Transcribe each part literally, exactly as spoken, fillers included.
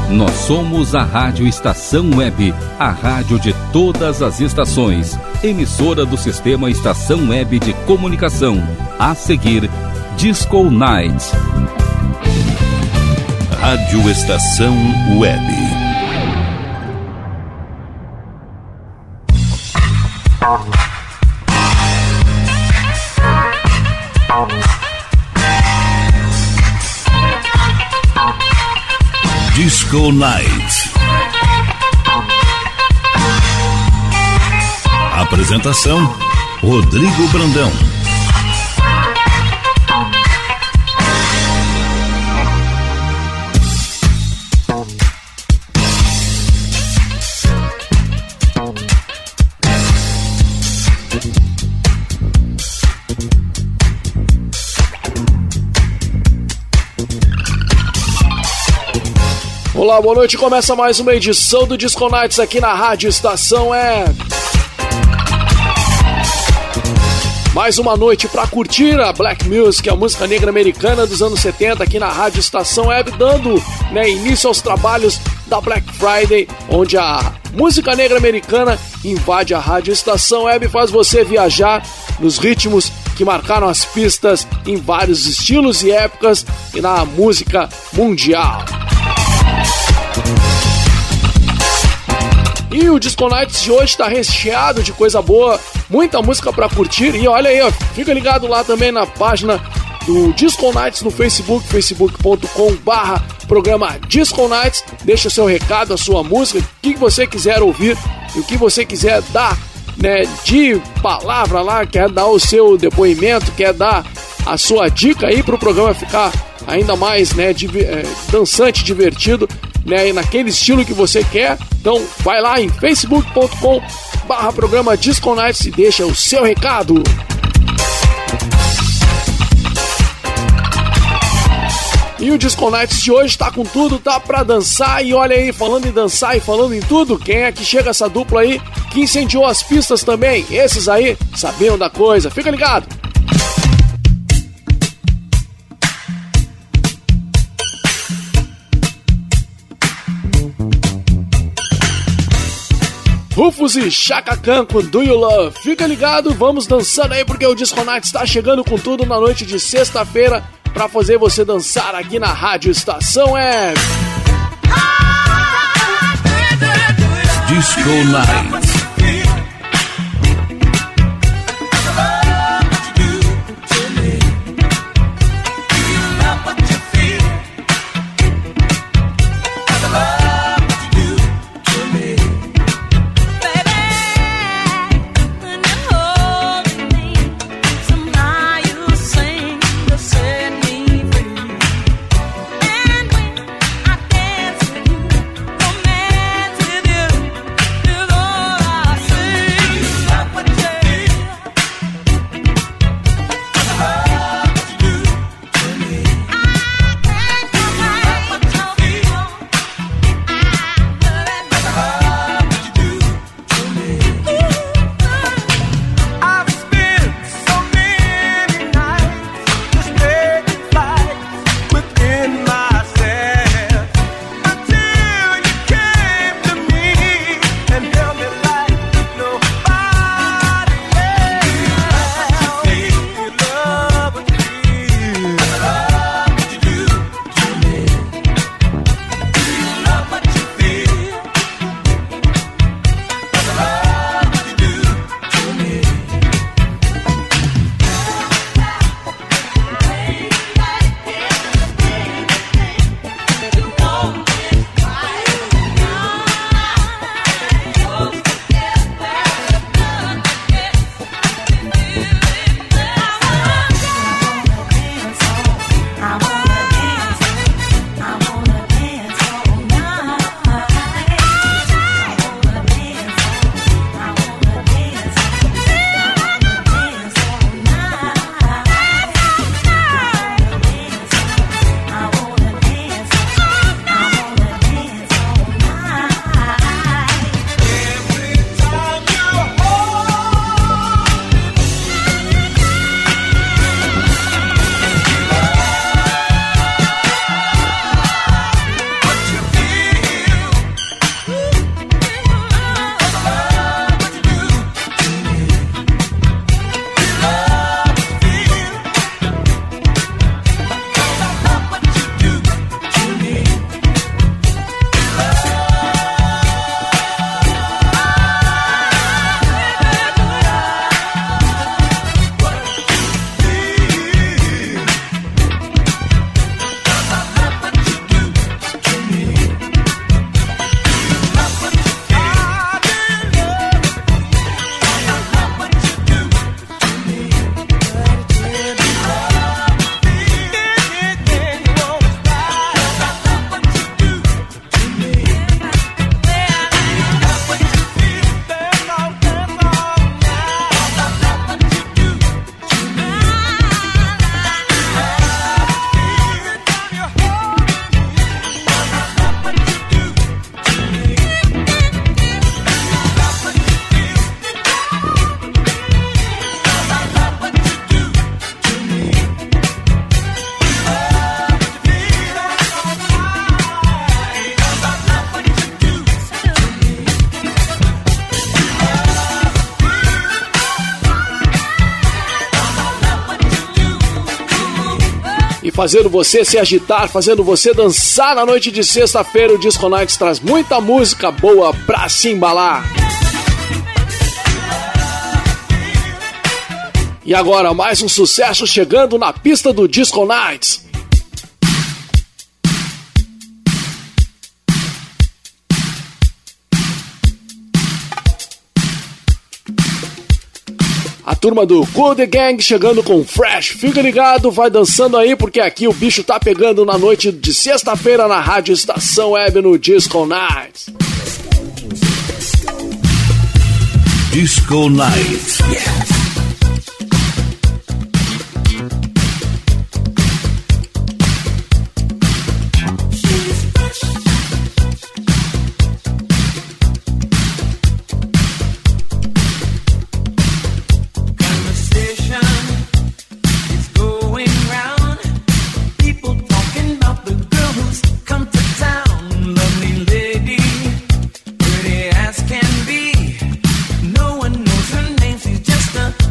Nós somos a Rádio Estação Web, a rádio de todas as estações, emissora do Sistema Estação Web de Comunicação. A seguir, Disco Night. Rádio Estação Web. Disco Night. Apresentação: Rodrigo Brandão. Olá, boa noite, começa mais uma edição do Disco Nights aqui na Rádio Estação Web. Mais uma noite pra curtir a Black Music, a música negra americana dos anos setenta aqui na Rádio Estação Web, dando né, início aos trabalhos da Black Friday, onde a música negra americana invade a Rádio Estação Web e faz você viajar nos ritmos que marcaram as pistas em vários estilos e épocas e na música mundial. E o Disco Nights de hoje está recheado de coisa boa, muita música para curtir. E olha aí, ó, fica ligado lá também na página do Disco Nights no Facebook, facebook ponto com barra programa Disco Nights. Deixa seu recado, a sua música, o que você quiser ouvir e o que você quiser dar né, de palavra lá, quer dar o seu depoimento, quer dar a sua dica aí para o programa ficar ainda mais né, div- é, dançante, divertido, né, e naquele estilo que você quer. Então vai lá em facebook ponto com barra programa Disco Nights e deixa o seu recado. E o Disco Nights de hoje tá com tudo, tá pra dançar. E olha aí, falando em dançar e falando em tudo, quem é que chega essa dupla aí que incendiou as pistas também? Esses aí sabiam da coisa, fica ligado. Rufus e Chaka Khan com Do You Love. Fica ligado, vamos dançando aí porque o Disco Night está chegando com tudo na noite de sexta-feira para fazer você dançar aqui na Rádio Estação Web. Disco Night. All fazendo você se agitar, fazendo você dançar na noite de sexta-feira. O Disco Nights traz muita música boa pra se embalar. E agora, mais um sucesso chegando na pista do Disco Nights. A turma do Cool The Gang chegando com Fresh. Fica ligado, vai dançando aí, porque aqui o bicho tá pegando na noite de sexta-feira na Rádio Estação Web no Disco Nights. Disco Nights. Yeah. Can be. No one knows her name, she's just a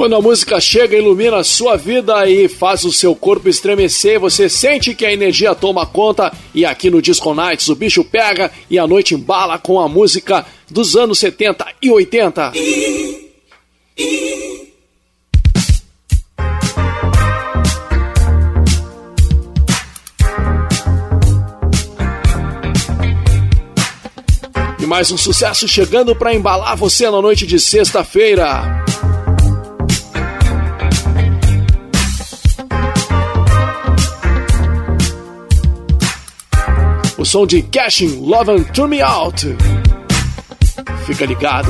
quando a música chega, ilumina a sua vida e faz o seu corpo estremecer, você sente que a energia toma conta, e aqui no Disco Nights o bicho pega e a noite embala com a música dos anos setenta e oitenta. E mais um sucesso chegando para embalar você na noite de sexta-feira. O som de Cashin, Love and Turn Me Out. Fica ligado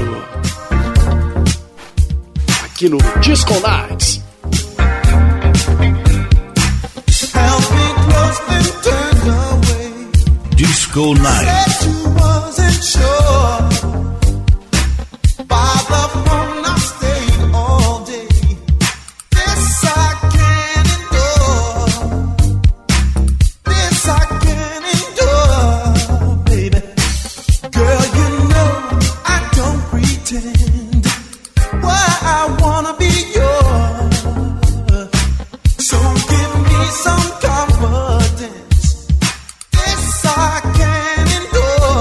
aqui no Disco Nights. Disco Nights. Some confidence, this I can endure.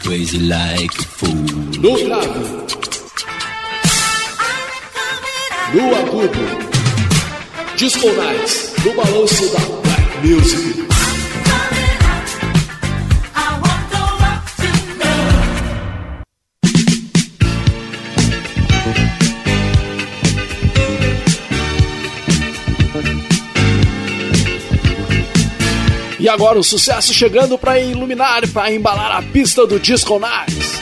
crazy like a fool. No grave, no agudo, Disco Nights, no balanço da Black Music. E agora o sucesso chegando para iluminar, para embalar a pista do Disco Nights.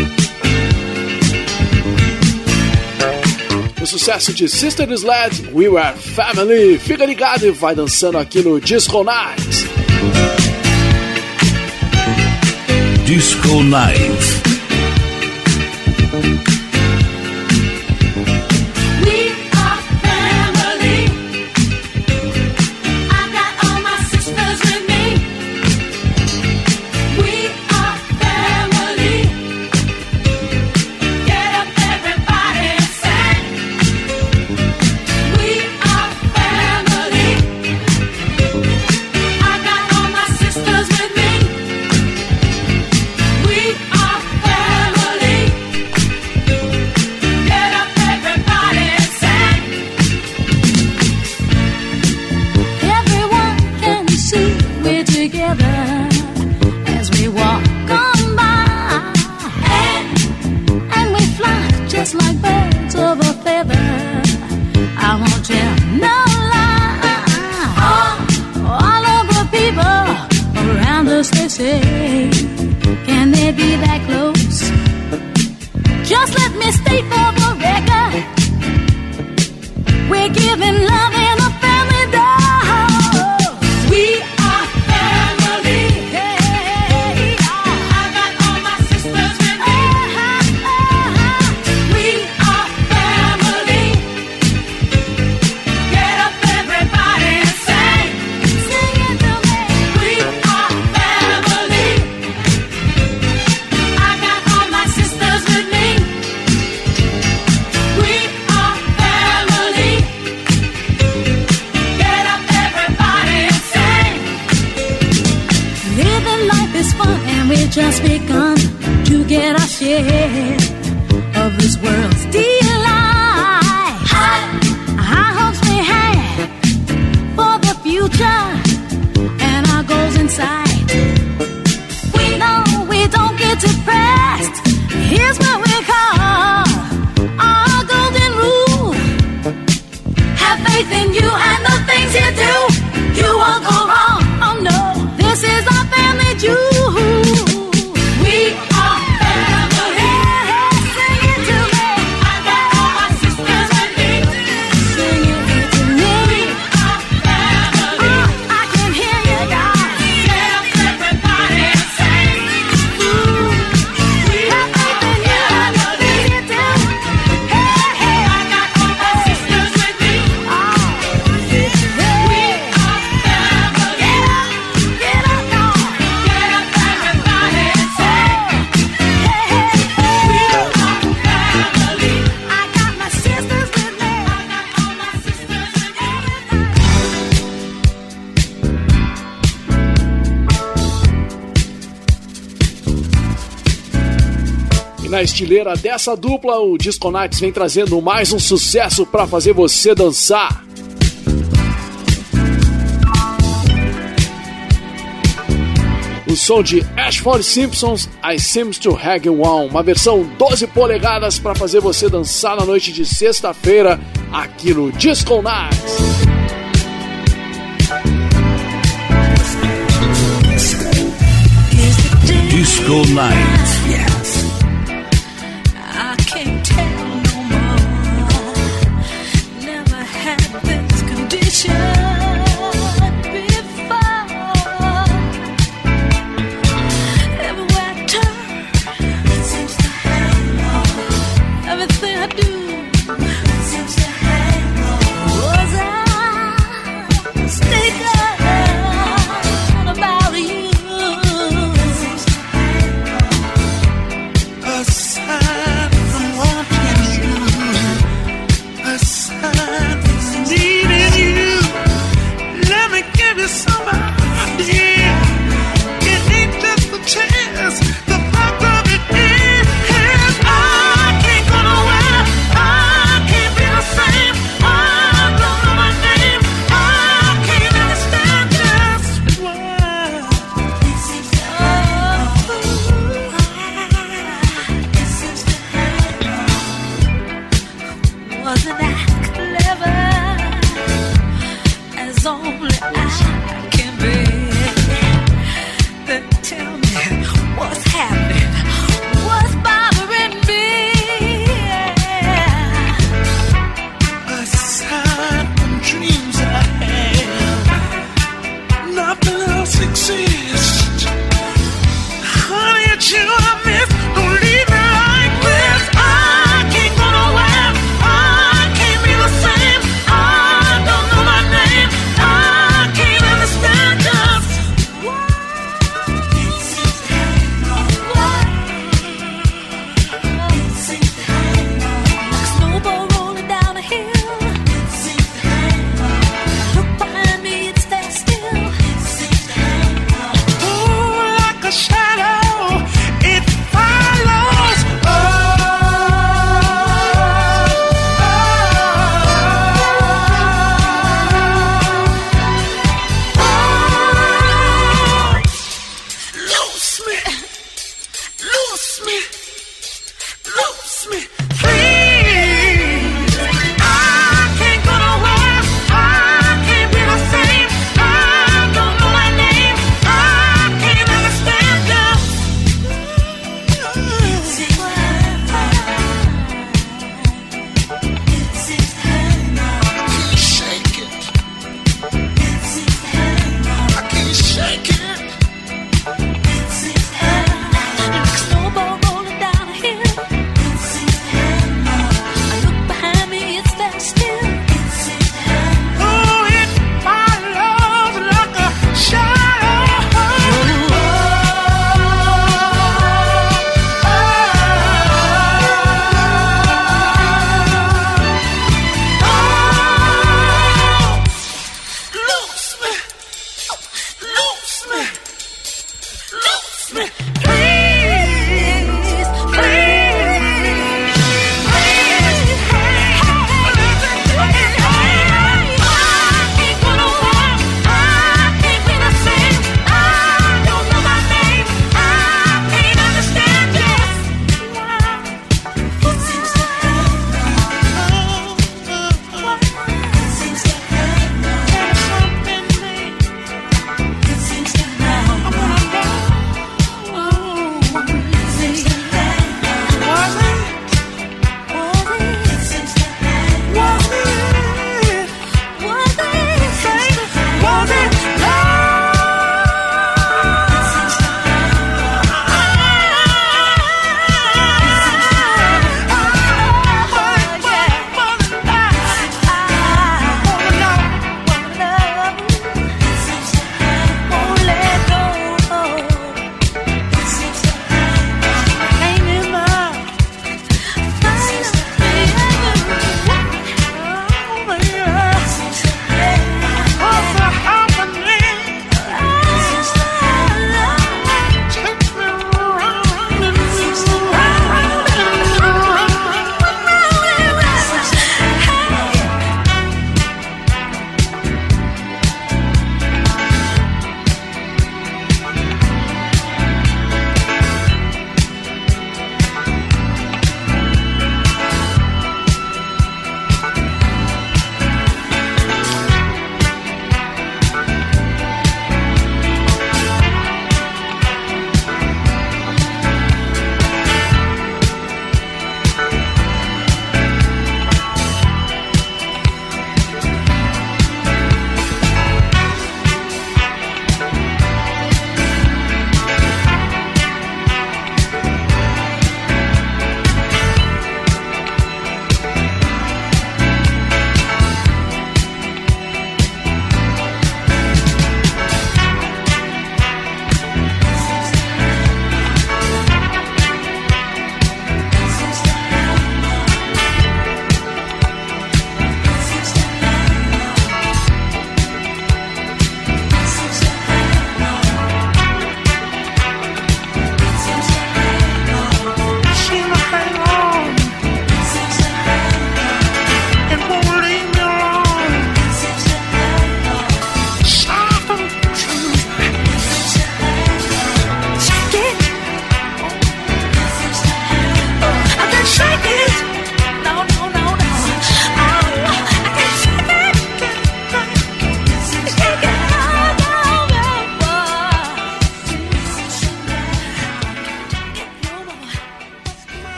O sucesso de Sister Sled, We Were Family. Fica ligado e vai dançando aqui no Disco Nights. Disco Nights. Just begun to get our share of this world's delight. High hopes we have for the future and our goals in sight. We know we don't get depressed. Here's what we call our golden rule. Have faith in you and the things you do. You won't go wrong. Oh no, this is our family jewel. Na estileira dessa dupla, o Disco Nights vem trazendo mais um sucesso para fazer você dançar. O som de Ashford Simpsons, I Seems to Hang On, uma versão doze polegadas para fazer você dançar na noite de sexta-feira aqui no Disco Nights. Disco Nights.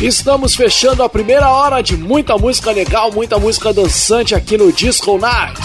Estamos fechando a primeira hora de muita música legal, muita música dançante aqui no Disco Nights.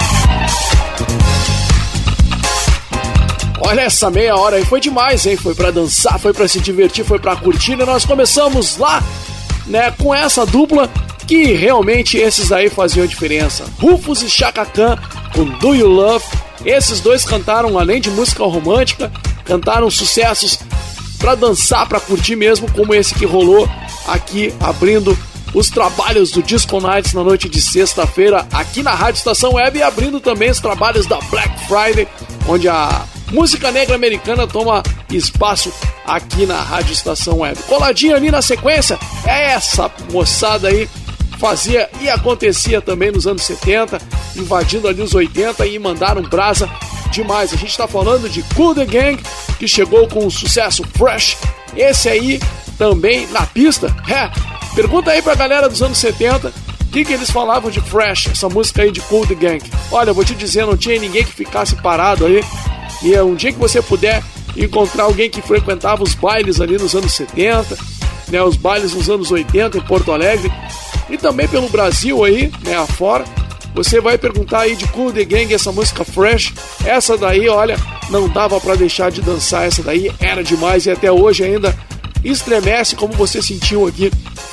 Olha, essa meia hora aí foi demais, hein? Foi pra dançar, foi pra se divertir, foi pra curtir. E nós começamos lá, né, com essa dupla que realmente esses aí faziam diferença. Rufus e Chaka Khan com Do You Love. Esses dois cantaram, além de música romântica, cantaram sucessos pra dançar, pra curtir mesmo, como esse que rolou aqui, abrindo os trabalhos do Disco Nights na noite de sexta-feira, aqui na Rádio Estação Web, e abrindo também os trabalhos da Black Friday, onde a música negra americana toma espaço aqui na Rádio Estação Web. Coladinho ali na sequência, é essa moçada aí, fazia e acontecia também nos anos setenta, invadindo ali os oitenta e mandaram brasa demais. A gente tá falando de Kool The Gang, que chegou com o sucesso Fresh. Esse aí também na pista. É, pergunta aí pra galera dos anos setenta o que, que eles falavam de Fresh, essa música aí de Kool The Gang. Olha, eu vou te dizer, não tinha ninguém que ficasse parado aí. E é um dia que você puder encontrar alguém que frequentava os bailes ali nos anos setenta, né, os bailes nos anos oitenta em Porto Alegre e também pelo Brasil aí, né, afora, você vai perguntar aí de Kool The Gang, essa música Fresh. Essa daí, olha, não dava pra deixar de dançar, essa daí era demais e até hoje ainda estremece, como você sentiu aqui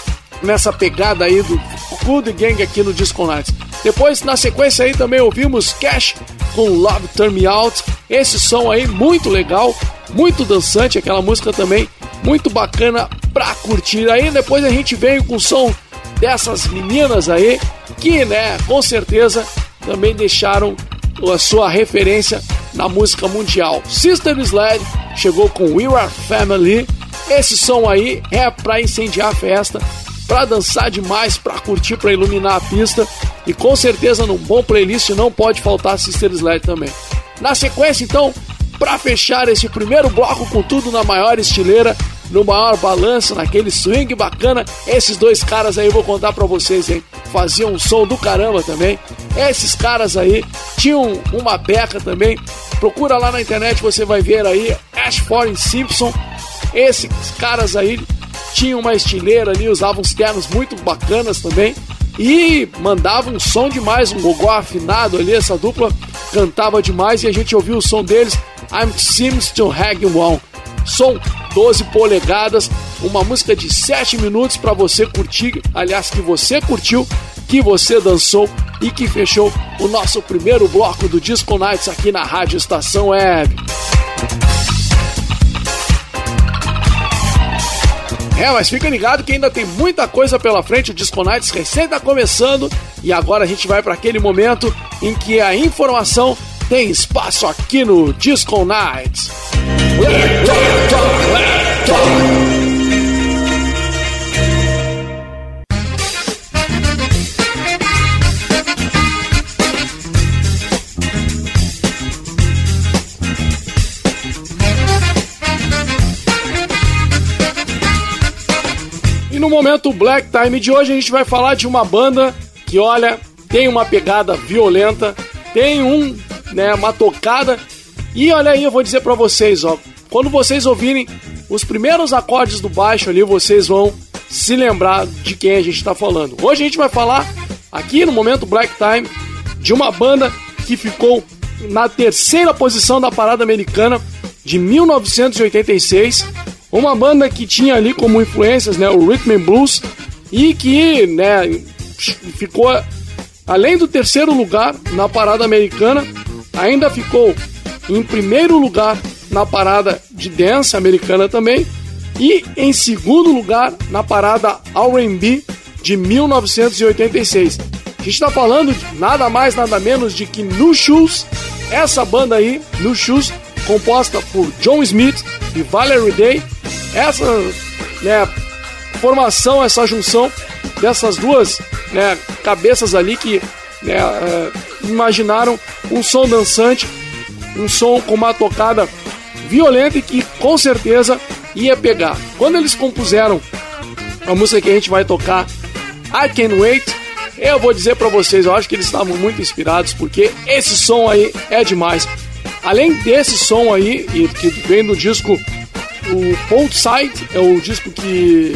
nessa pegada aí do Kool The Gang aqui no Disco Nights. Depois, na sequência aí, também ouvimos Cash com Love Turn Me Out. Esse som aí muito legal, muito dançante, aquela música também muito bacana pra curtir. Aí depois a gente veio com o som dessas meninas aí, que, né, com certeza também deixaram a sua referência na música mundial. Sister Sledge chegou com We Are Family. Esse som aí é pra incendiar a festa, pra dançar demais, pra curtir, pra iluminar a pista. E com certeza num bom playlist não pode faltar Sister Sledge também. Na sequência, então, pra fechar esse primeiro bloco com tudo na maior estileira, no maior balanço, naquele swing bacana, esses dois caras aí eu vou contar pra vocês, hein? Faziam um som do caramba também. Esses caras aí tinham uma beca também. Procura lá na internet, você vai ver aí Ashford e Simpson. Esses caras aí tinham uma estileira ali, usavam uns ternos muito bacanas também e mandavam um som demais, um gogó afinado ali. Essa dupla cantava demais e a gente ouviu o som deles, I'm Seems to Hang On. Som doze polegadas, uma música de sete minutos para você curtir, aliás, que você curtiu, que você dançou e que fechou o nosso primeiro bloco do Disco Nights aqui na Rádio Estação Web. É, mas fica ligado que ainda tem muita coisa pela frente, o Disco Nights recém tá começando e agora a gente vai para aquele momento em que a informação tem espaço aqui no Disco Nights. Let's talk, talk, let's talk. E no momento Black Time de hoje a gente vai falar de uma banda que, olha, tem uma pegada violenta, tem um, né, uma tocada. E olha aí, eu vou dizer pra vocês, ó, quando vocês ouvirem os primeiros acordes do baixo ali, vocês vão se lembrar de quem a gente tá falando. Hoje a gente vai falar, aqui no momento Black Time, de uma banda que ficou na terceira posição da parada americana de mil novecentos e oitenta e seis. Uma banda que tinha ali como influências, né, o Rhythm and Blues, e que, né, ficou, além do terceiro lugar na parada americana, ainda ficou em primeiro lugar na parada de dance americana também, e em segundo lugar na parada R and B de mil novecentos e oitenta e seis. A gente está falando de nada mais, nada menos de que New Shoes, essa banda aí, New Shoes, composta por John Smith e Valerie Day. Essa, né, formação, essa junção dessas duas, né, cabeças ali que, né, é, imaginaram um som dançante, um som com uma tocada violenta e que com certeza ia pegar. Quando eles compuseram a música que a gente vai tocar, I Can't Wait, eu vou dizer pra vocês, eu acho que eles estavam muito inspirados, porque esse som aí é demais. Além desse som aí, e que vem do disco, o Cold Side, é o disco que,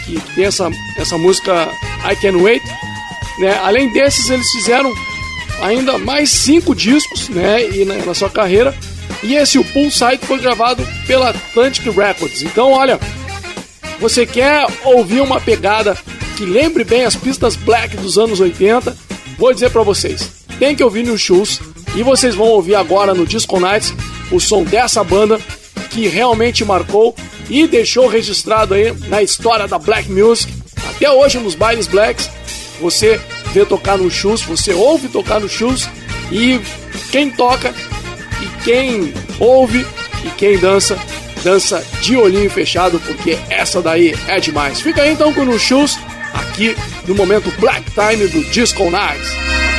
que tem essa, essa música I Can't Wait, né? Além desses, eles fizeram ainda mais cinco discos, né? E na, na sua carreira. E esse, o Poolside, foi gravado pela Atlantic Records. Então, olha, você quer ouvir uma pegada que lembre bem as pistas black dos anos oitenta? Vou dizer pra vocês, tem que ouvir no Shoes. E vocês vão ouvir agora no Disco Nights o som dessa banda que realmente marcou e deixou registrado aí na história da Black Music. Até hoje nos bailes blacks você vê tocar no Shoes, você ouve tocar no Shoes, e quem toca e quem ouve e quem dança, dança de olhinho fechado, porque essa daí é demais. Fica aí então com o Shoes aqui no momento Black Time do Disco Nights.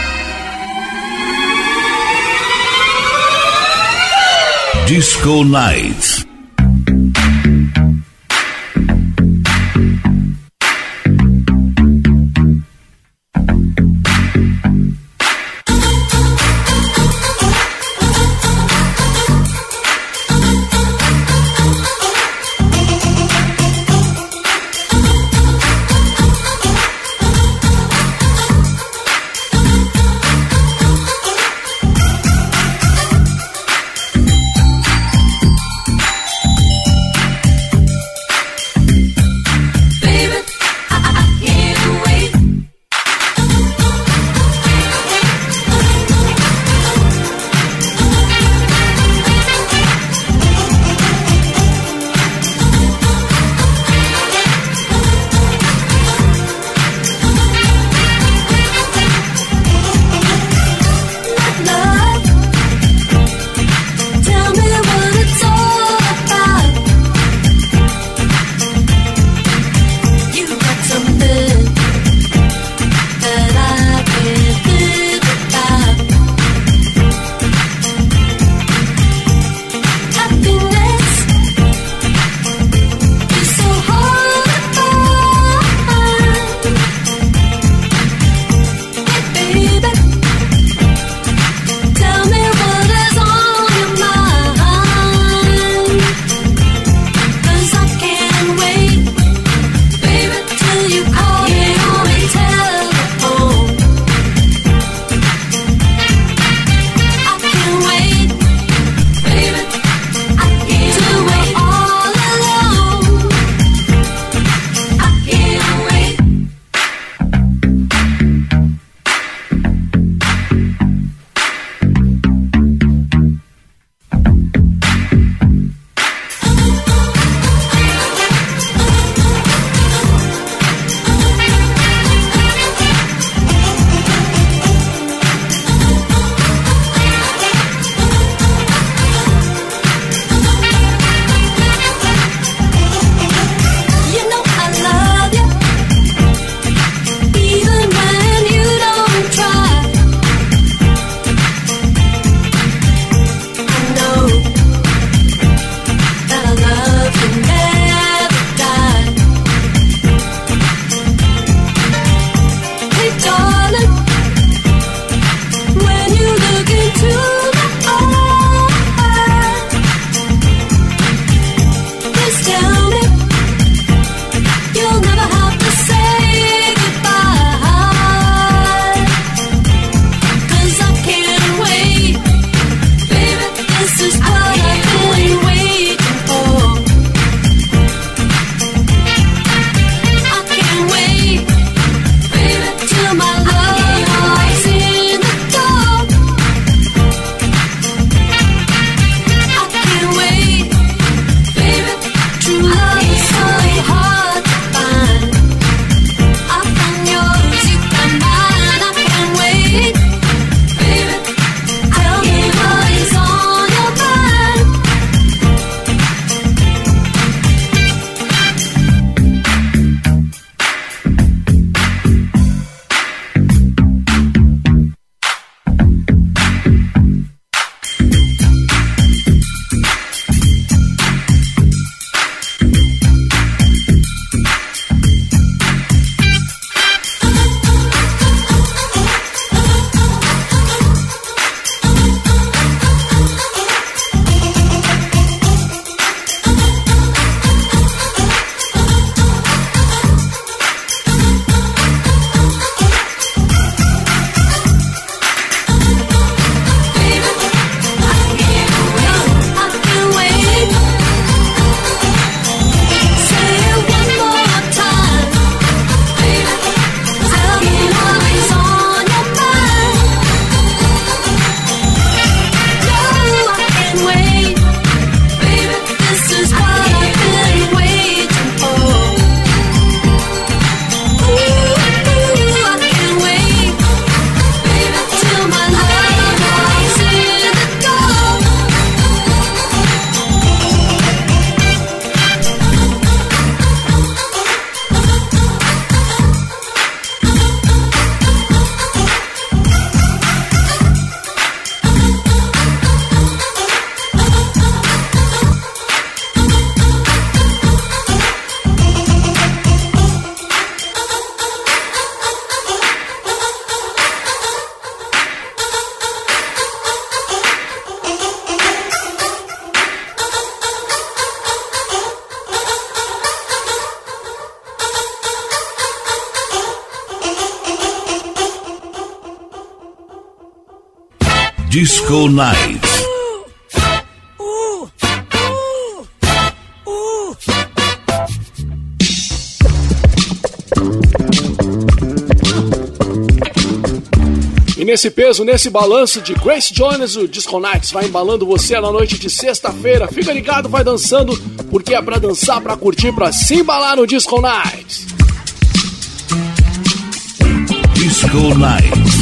Disco Nights. Disco Nights. E nesse peso, nesse balanço de Grace Jones, o Disco Nights vai embalando você na noite de sexta-feira. Fica ligado, vai dançando, porque é pra dançar, pra curtir, pra se embalar no Disco Nights. Disco Nights.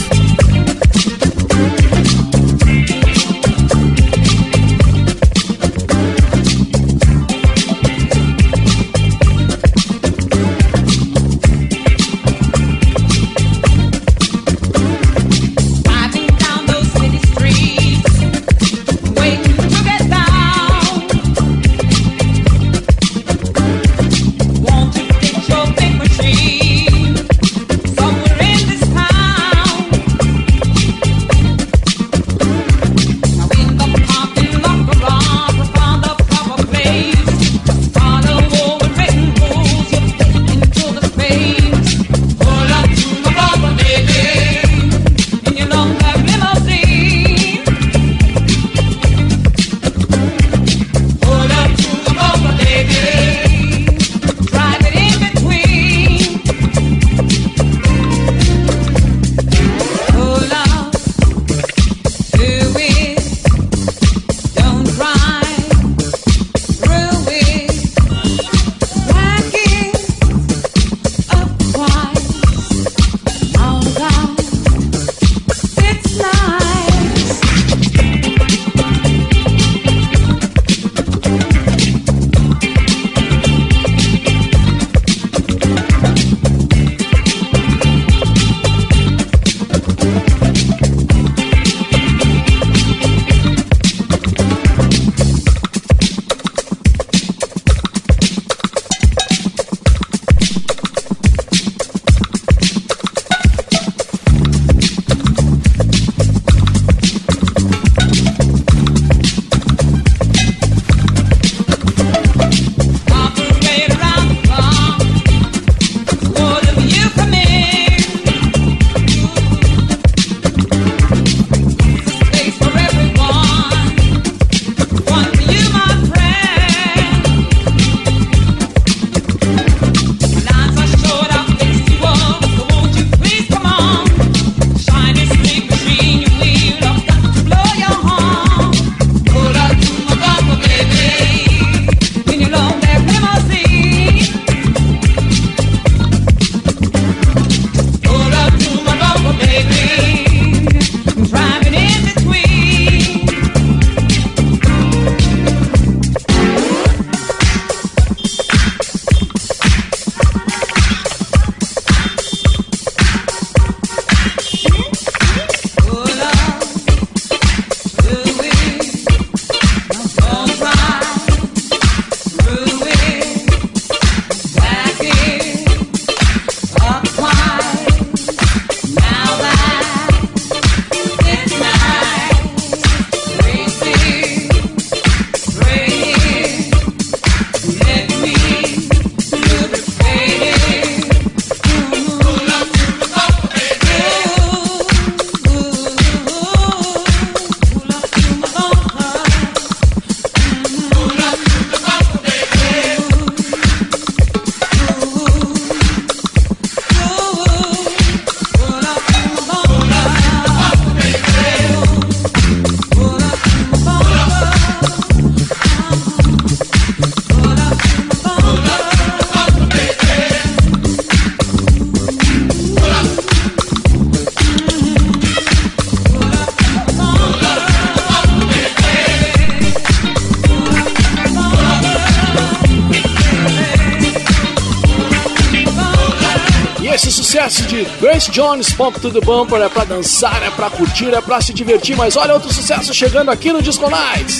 De Grace Jones, Pump to the Bumper, é pra dançar, é pra curtir, é pra se divertir. Mas olha outro sucesso chegando aqui no Disco Nights.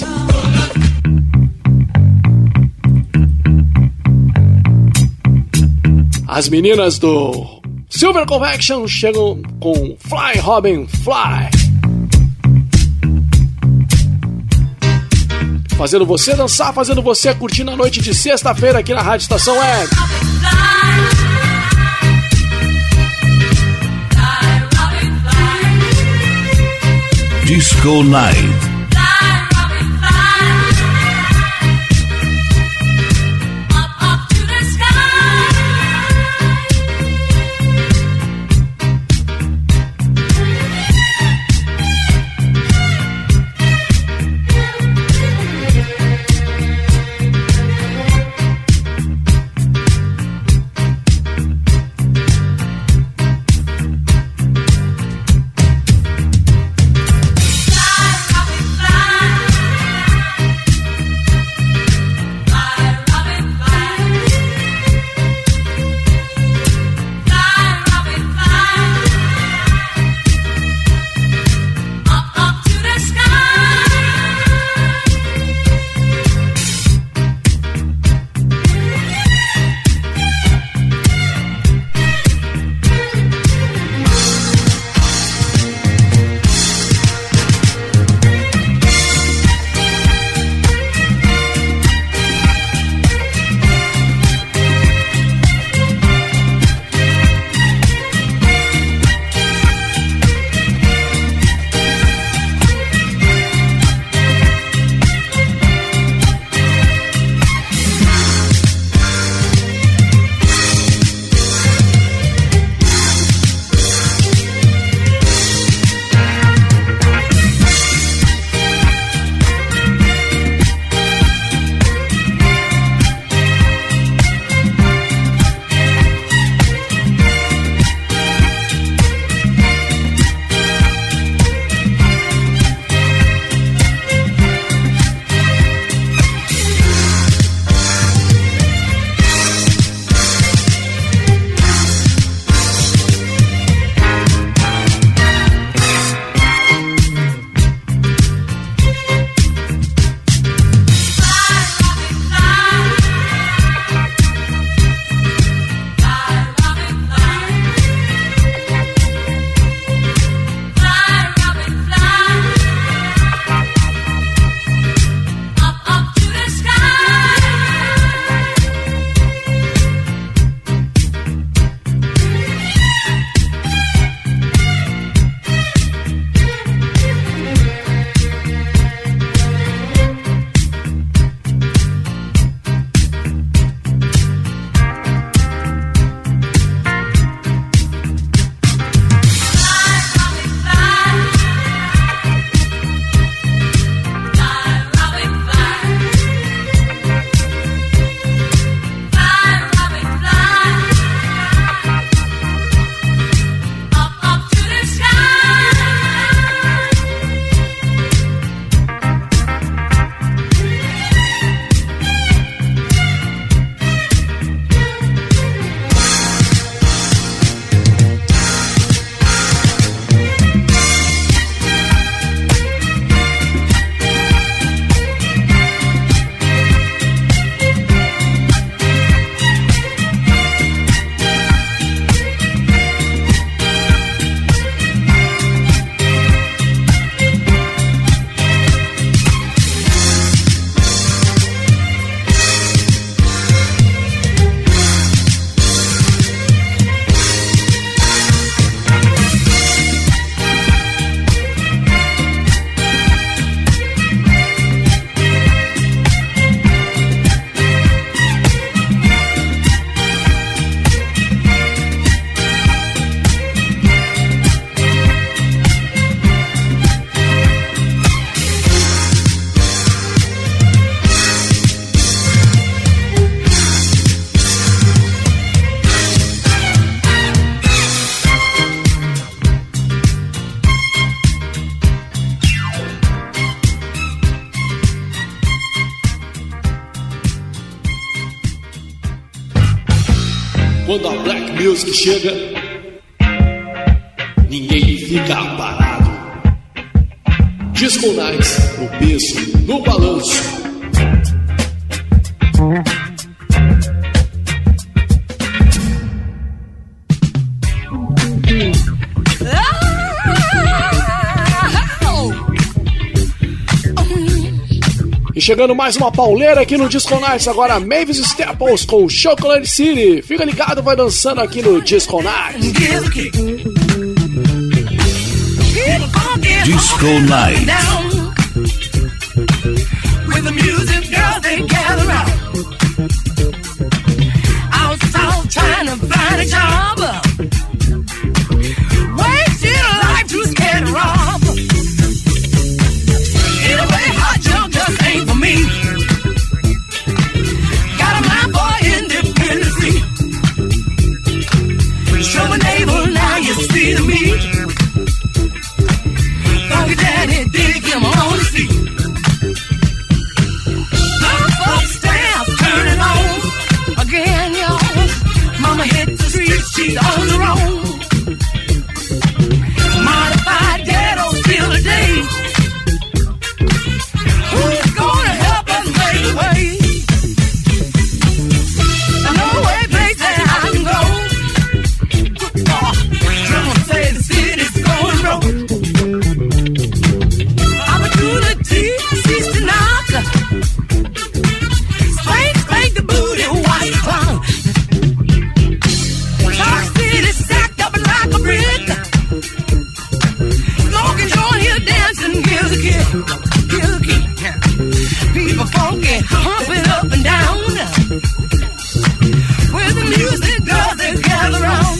As meninas do Silver Convection chegam com Fly Robin Fly, fazendo você dançar, fazendo você curtir na noite de sexta-feira aqui na Rádio Estação Web. Disco Disco Night. Quando a Black Music chega, ninguém fica parado. Disco Nights, no peso, no balanço. E chegando mais uma pauleira aqui no Disco Nights, agora Mavis Staples com Chocolate City. Fica ligado, vai dançando aqui no Disco Nights. Disco Night. With the music, girls, they gather round. Out south trying to find a job. Wasting a life too scared to rob. Anyway, hot junk just ain't for me. Got a mind for independency. Show my neighbor, now you see the meat. Funky daddy, dig him on the seat. Again, y'all, mama hit the streets, she's on the road. Modified ghetto still today. Who's gonna help us make the way? I know a place that I can go. Oh, someone say the city's going broke. Opportunity cease to knock. Spank, spank the booty. Talk City stacked up like a brick. Smoking joint here dancing, give the kid, give the kid. People funky, humping up and down. With the music, girls they gather round.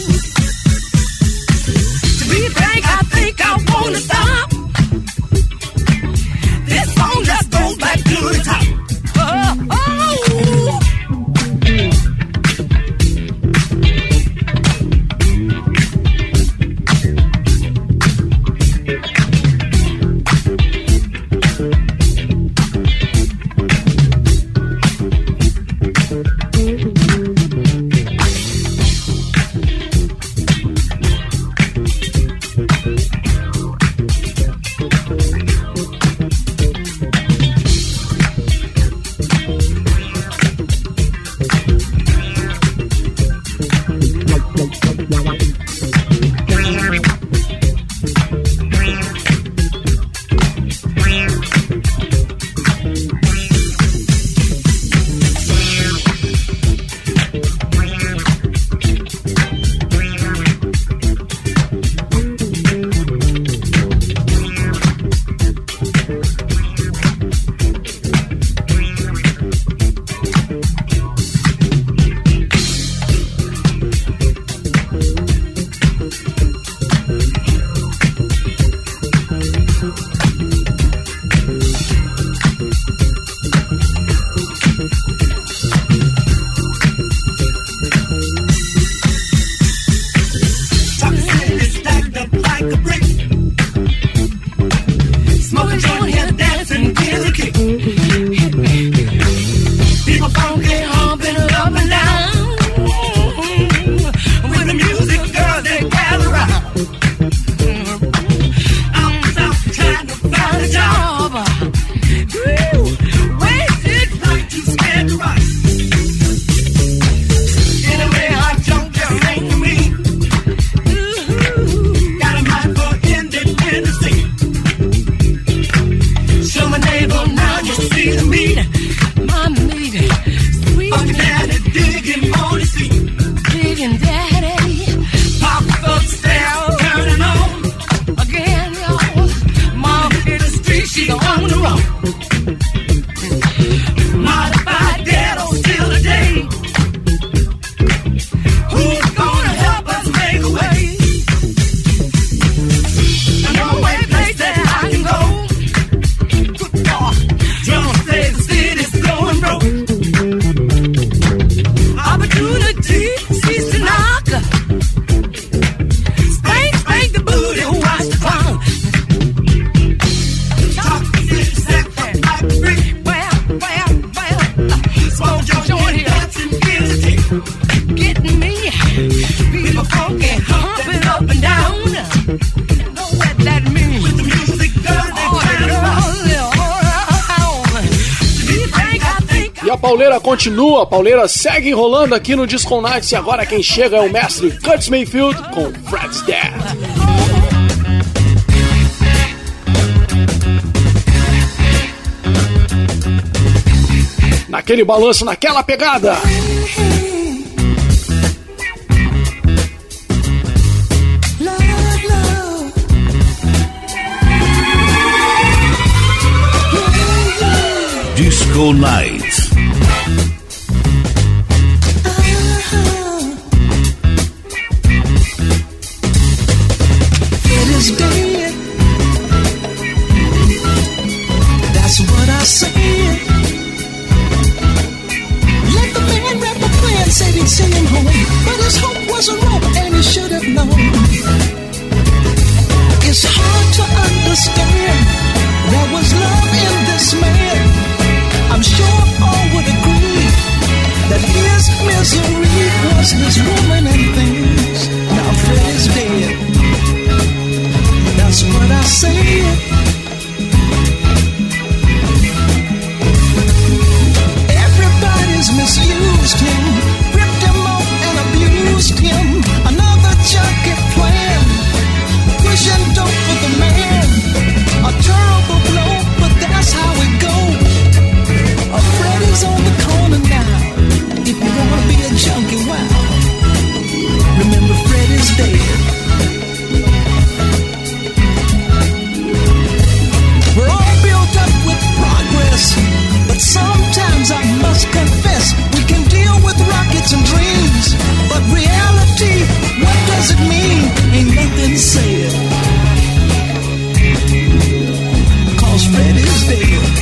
To be frank, I think I wanna stop. This song just goes back to the top. Oh, oh. A pauleira continua, a pauleira segue rolando aqui no Disco Nights e agora quem chega é o mestre Curtis Mayfield com Fred's Dead. Naquele balanço, naquela pegada. Love, love. Disco Night. It is dead. That's what I said. Let the man rap a plan, said he'd send him home, but his hope wasn't wrong, and he should have known. It's hard to understand. There was love in this man. I'm sure all would agree that his misery was his woman and things. Now Fred is dead. That's what I said. Everybody's misused him, ripped him off and abused him. Another junkie plan, pushing dope for the man. A terrible blow, but that's how it goes. A Freddy's on the corner now. If you wanna be a junkie, wow. Remember Freddy's dead. We're all built up with progress, but sometimes I must confess we can deal with rockets and dreams, but reality, what does it mean? Ain't nothing said. Cause Fred is dead.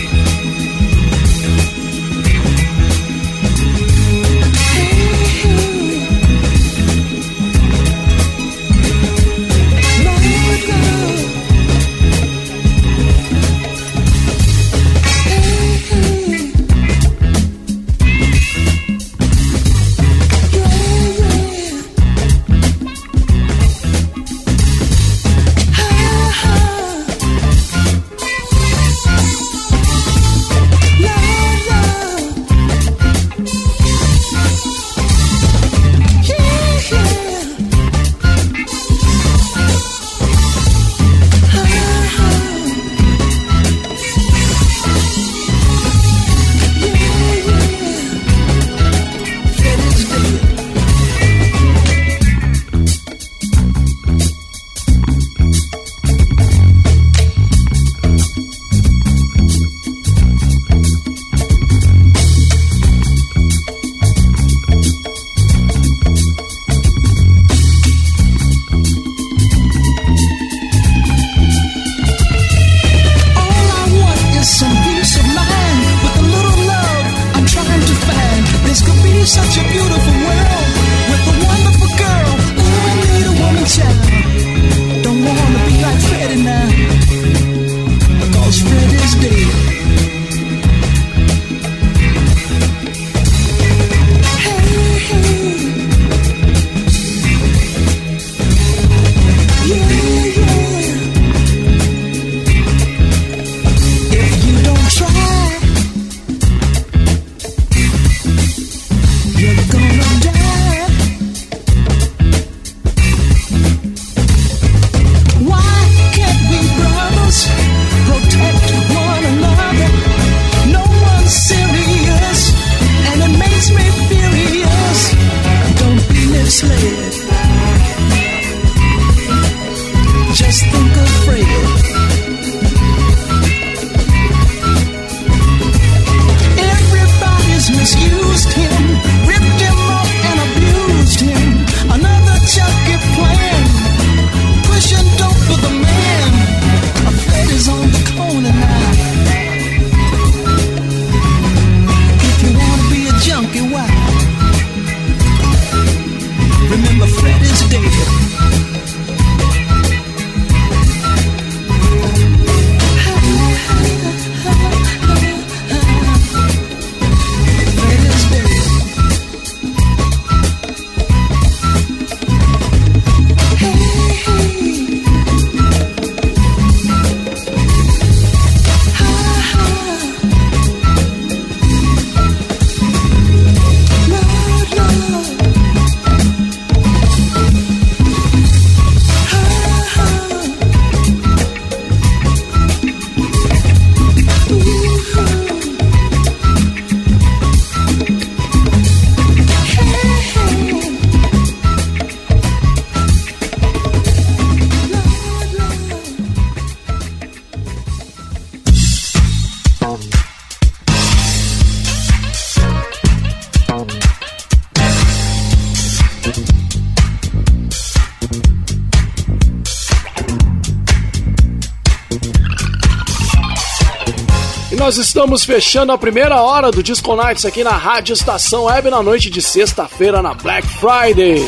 E nós estamos fechando a primeira hora do Disco Nights aqui na Rádio Estação Web na noite de sexta-feira, na Black Friday.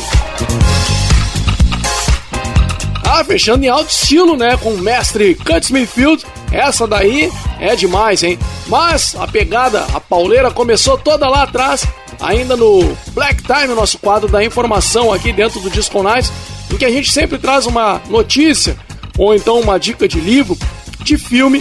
Ah, fechando em alto estilo, né, com o mestre Curtis Mayfield. Essa daí é demais, hein? Mas a pegada, a pauleira começou toda lá atrás, ainda no Black Time, nosso quadro da informação aqui dentro do Disco Nights, em que a gente sempre traz uma notícia, ou então uma dica de livro, de filme,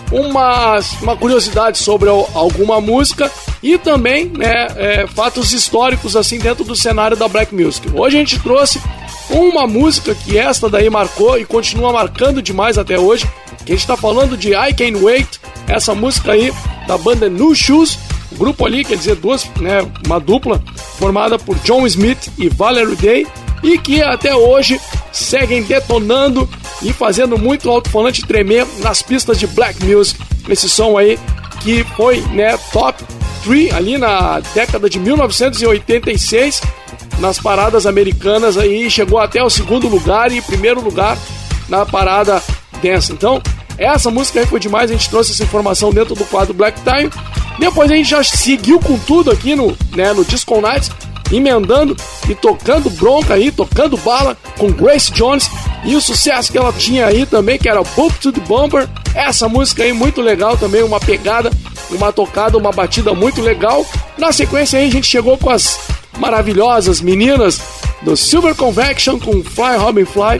uma, uma curiosidade sobre alguma música e também, né, é, fatos históricos assim dentro do cenário da Black Music. Hoje a gente trouxe uma música que esta daí marcou e continua marcando demais até hoje, que a gente está falando de I Can't Wait, essa música aí da banda New Shoes, o grupo ali, quer dizer, duas, né, uma dupla formada por John Smith e Valerie Day, e que até hoje seguem detonando e fazendo muito alto-falante tremer nas pistas de Black Music. Esse som aí que foi, né, top três ali na década de mil novecentos e oitenta e seis nas paradas americanas, aí chegou até o segundo lugar e primeiro lugar na parada dance. Então essa música aí foi demais, a gente trouxe essa informação dentro do quadro Black Time. Depois a gente já seguiu com tudo aqui no, né, no Disco Nights, emendando e tocando bronca aí, tocando bala com Grace Jones e o sucesso que ela tinha aí também, que era Boop to the Bumper. Essa música aí muito legal também, uma pegada, uma tocada, uma batida muito legal. Na sequência aí a gente chegou com as maravilhosas meninas do Silver Convection com Fly Robin Fly.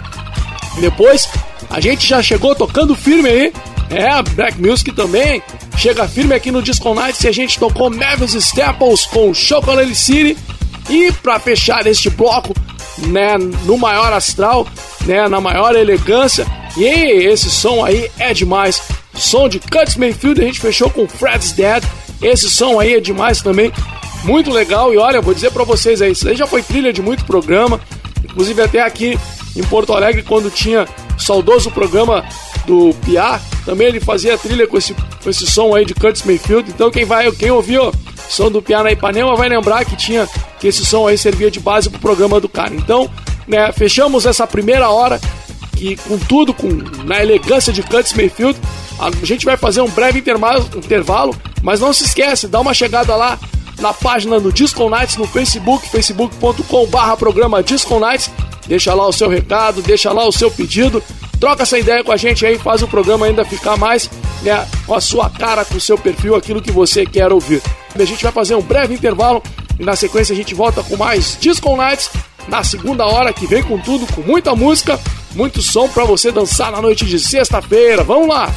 Depois a gente já chegou tocando firme aí, é, a Black Music também chega firme aqui no Disco Nights e a gente tocou Mavis Staples com Chocolate City. E para fechar este bloco, né, no maior astral, né, na maior elegância, e esse som aí é demais, som de Curtis Mayfield, a gente fechou com Fred's Dead. Esse som aí é demais também, muito legal. E olha, vou dizer pra vocês aí, isso aí já foi trilha de muito programa, inclusive até aqui em Porto Alegre, quando tinha o saudoso programa do Piá, também ele fazia trilha com esse, com esse som aí de Curtis Mayfield. Então quem vai, quem ouviu o som do Piá na Ipanema vai lembrar que tinha, que esse som aí servia de base pro programa do cara. Então, né, fechamos essa primeira hora que com tudo, com, na elegância de Curtis Mayfield. A gente vai fazer um breve intervalo, intervalo, mas não se esquece, dá uma chegada lá na página do Disco Nights no Facebook, facebook ponto com barra programa Disco Nights. Deixa lá o seu recado, deixa lá o seu pedido, troca essa ideia com a gente aí, faz o programa ainda ficar mais, né, com a sua cara, com o seu perfil, aquilo que você quer ouvir. A gente vai fazer um breve intervalo e na sequência a gente volta com mais Disco Nights na segunda hora, que vem com tudo, com muita música, muito som pra você dançar na noite de sexta-feira. Vamos lá!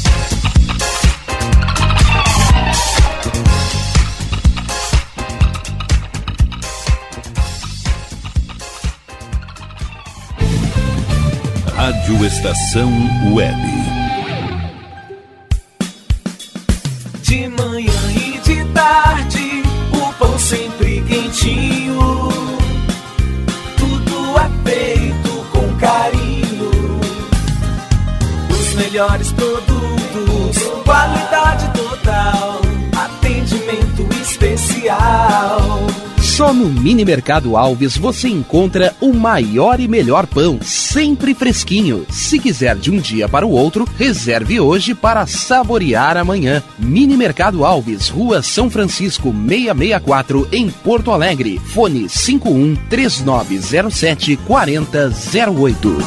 Rádio Estação Web. De manhã e de tarde, o pão sempre quentinho. Tudo é feito com carinho. Os melhores produtos, qualidade total, atendimento especial. Só no Mini Mercado Alves você encontra o maior e melhor pão, sempre fresquinho. Se quiser de um dia para o outro, reserve hoje para saborear amanhã. Mini Mercado Alves, Rua São Francisco, seiscentos e sessenta e quatro, em Porto Alegre. Fone cinco um três nove zero sete quatro zero zero oito.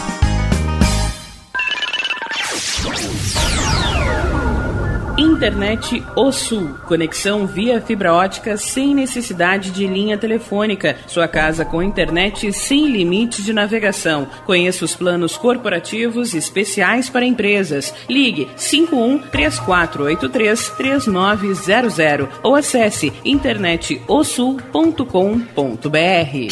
Internet O Sul. Conexão via fibra ótica sem necessidade de linha telefônica. Sua casa com internet sem limites de navegação. Conheça os planos corporativos especiais para empresas. Ligue cinco um três quatro oito três três nove zero zero ou acesse internet o sul ponto com ponto b r.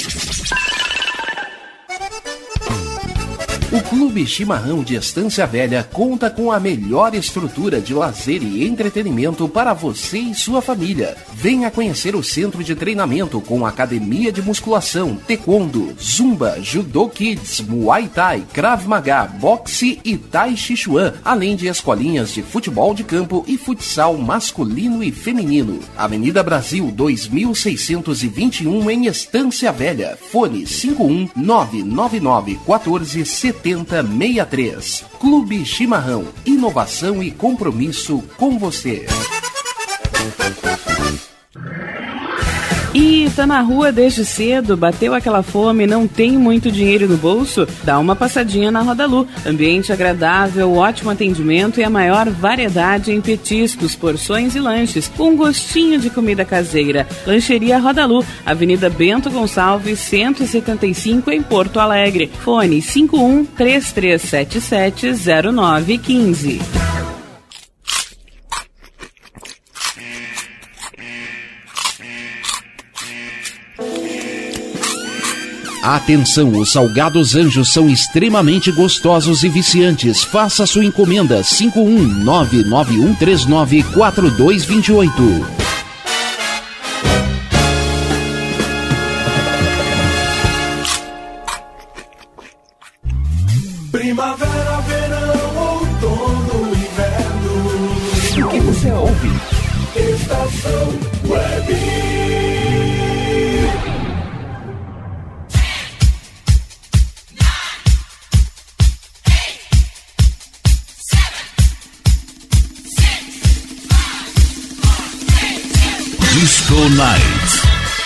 O Clube Chimarrão de Estância Velha conta com a melhor estrutura de lazer e entretenimento para você e sua família. Venha conhecer o centro de treinamento com academia de musculação, taekwondo, zumba, judô kids, muay thai, krav maga, boxe e tai chi chuan, além de escolinhas de futebol de campo e futsal masculino e feminino. Avenida Brasil dois mil seiscentos e vinte e um em Estância Velha. Fone cinco um nove nove nove um quatro sete zero seis três. Clube Chimarrão, inovação e compromisso com você. E tá na rua desde cedo, bateu aquela fome, não tem muito dinheiro no bolso? Dá uma passadinha na Rodalu. Ambiente agradável, ótimo atendimento e a maior variedade em petiscos, porções e lanches, com um gostinho de comida caseira. Lancheria Rodalu, Avenida Bento Gonçalves, cento e setenta e cinco, em Porto Alegre. Fone cinco um três três sete sete zero nove um cinco. Atenção, os salgados Anjos são extremamente gostosos e viciantes. Faça sua encomenda cinco um nove nove um três nove quatro dois dois oito. Primavera, verão, outono, inverno. O que você ouve? Estação Web. Disco Night.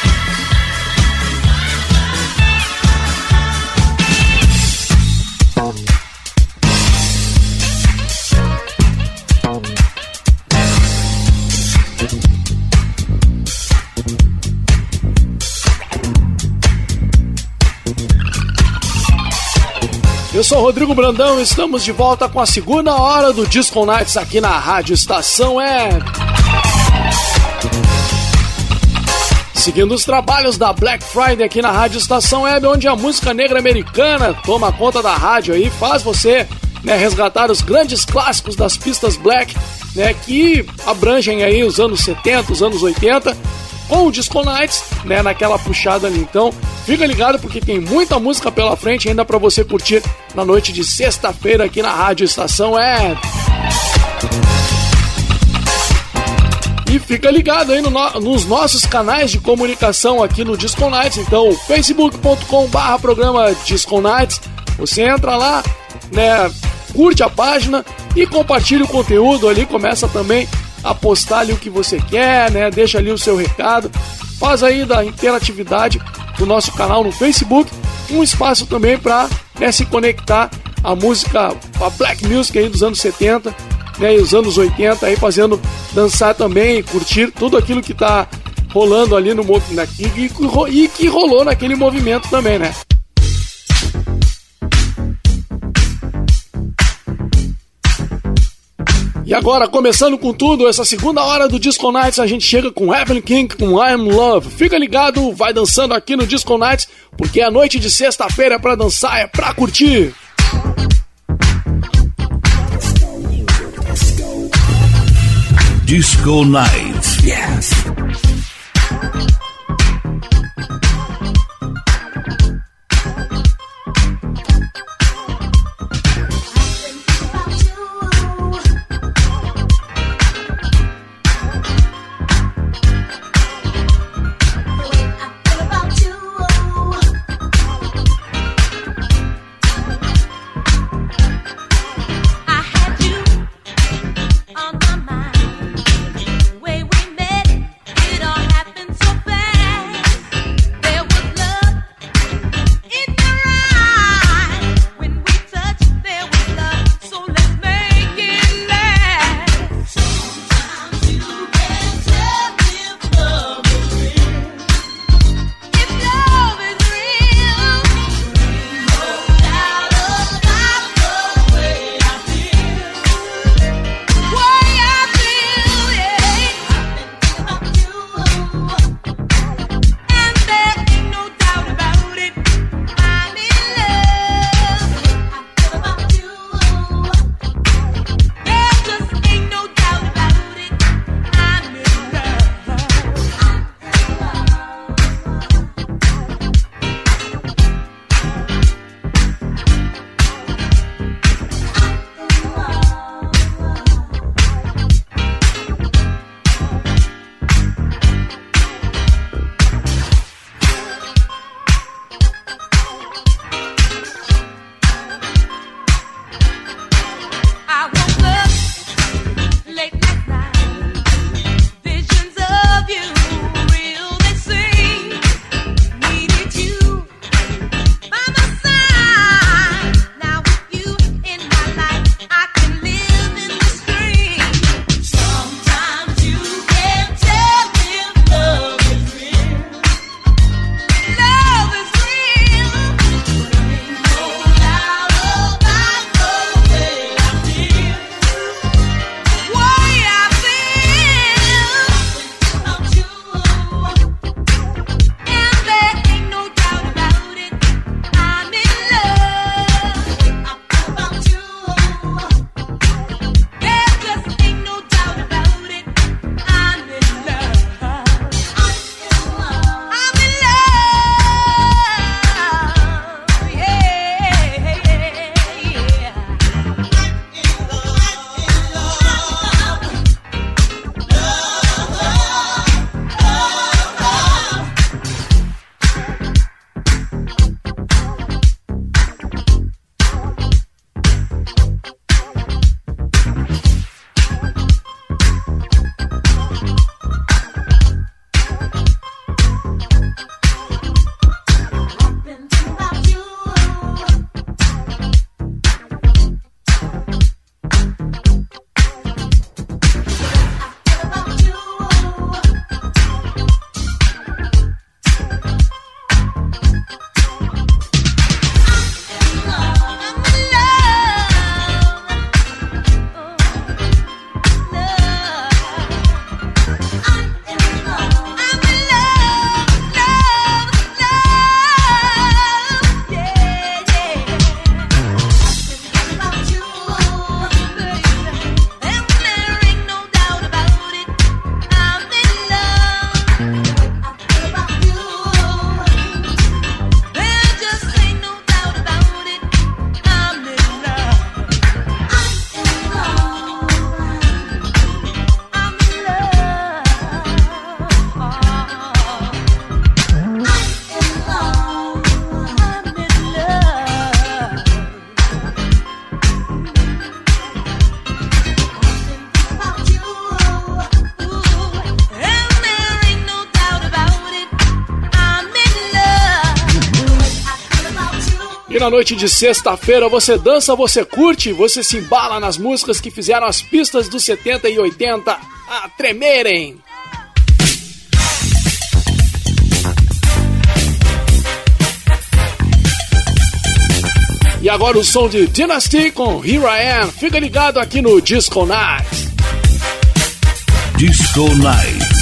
Eu sou o Rodrigo Brandão e estamos de volta com a segunda hora do Disco Nights aqui na Rádio Estação Web. Seguindo os trabalhos da Black Friday aqui na Rádio Estação Web, onde a música negra americana toma conta da rádio aí, faz você, né, resgatar os grandes clássicos das pistas black, né, que abrangem aí os anos setenta, os anos oitenta, com o Disco Nights, né, naquela puxada ali. Então, fica ligado porque tem muita música pela frente ainda pra você curtir na noite de sexta-feira aqui na Rádio Estação Web. E fica ligado aí no, nos nossos canais de comunicação aqui no Disco Nights. Então, facebook ponto com barra programa Disco Nights. Você entra lá, né, curte a página e compartilha o conteúdo ali. Começa também a postar ali o que você quer, né? Deixa ali o seu recado. Faz aí da interatividade do nosso canal no Facebook um espaço também para, né, se conectar à música, a Black Music aí dos anos setenta, né, e os anos oitenta aí, fazendo dançar também, curtir tudo aquilo que tá rolando ali no movimento e, e, e que rolou naquele movimento também, né? E agora, começando com tudo, essa segunda hora do Disco Nights, a gente chega com Evelyn King com I'm Love. Fica ligado, vai dançando aqui no Disco Nights, porque a noite de sexta-feira é pra dançar, é pra curtir. Disco Night. Yes. I had you on my mind. Way we met. na noite de sexta-feira você dança, você curte, você se embala nas músicas que fizeram as pistas dos setenta e oitenta a tremerem. E agora o som de Dynasty com Here I Am. Fica ligado aqui no Disco Nights. Disco Nights.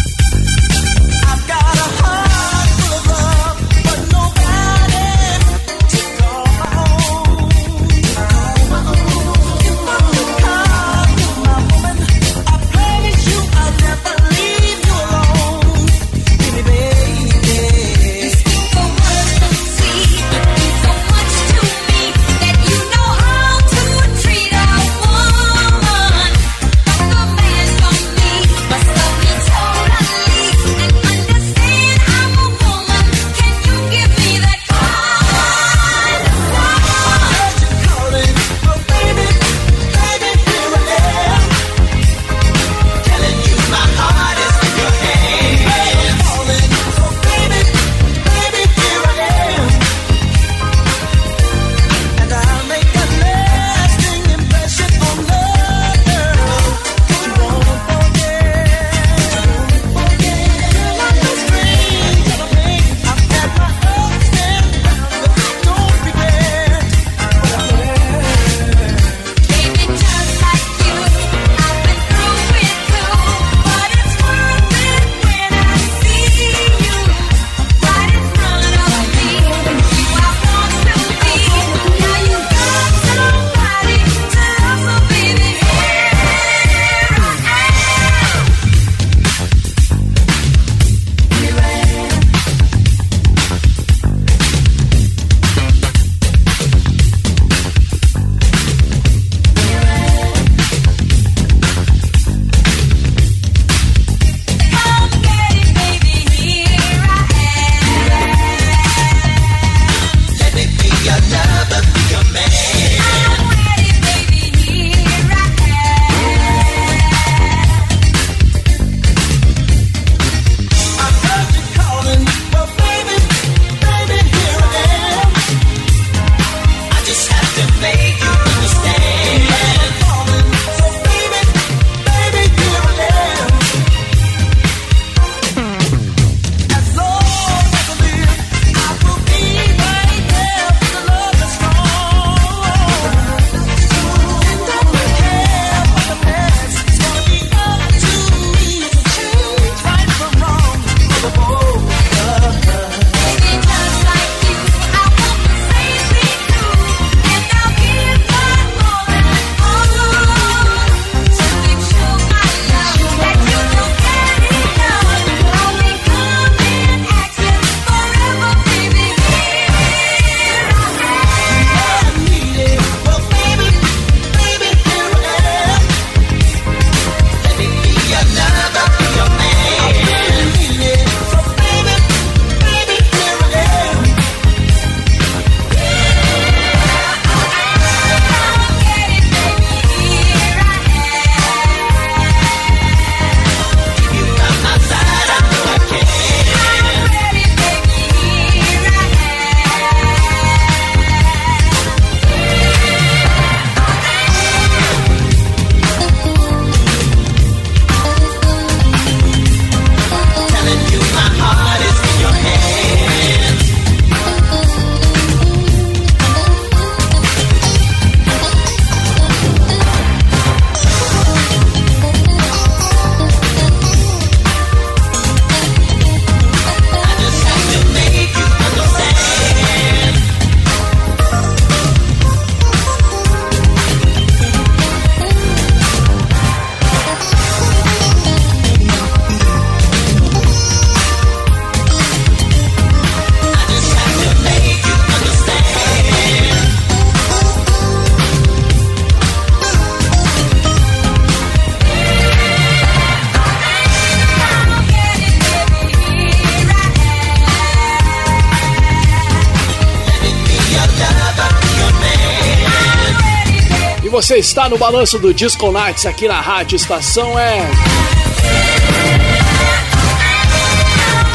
Você está no balanço do Disco Nights aqui na Rádio Estação é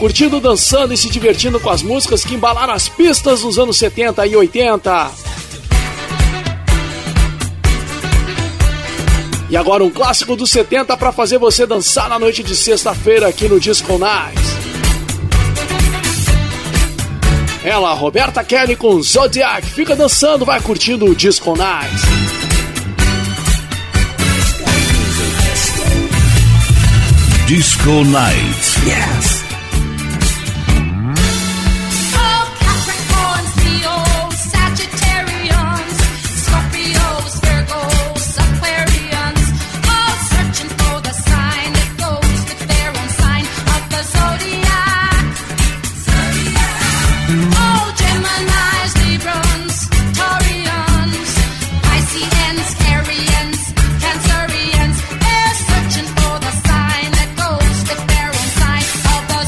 curtindo, dançando e se divertindo com as músicas que embalaram as pistas nos anos setenta e oitenta. E agora um clássico dos setenta para fazer você dançar na noite de sexta-feira aqui no Disco Nights. Ela, Roberta Kelly com Zodiac. Fica dançando, vai curtindo o Disco Nights. Disco Nights. Yes. Cancerians, they're searching for the sign that goes with their own sign of the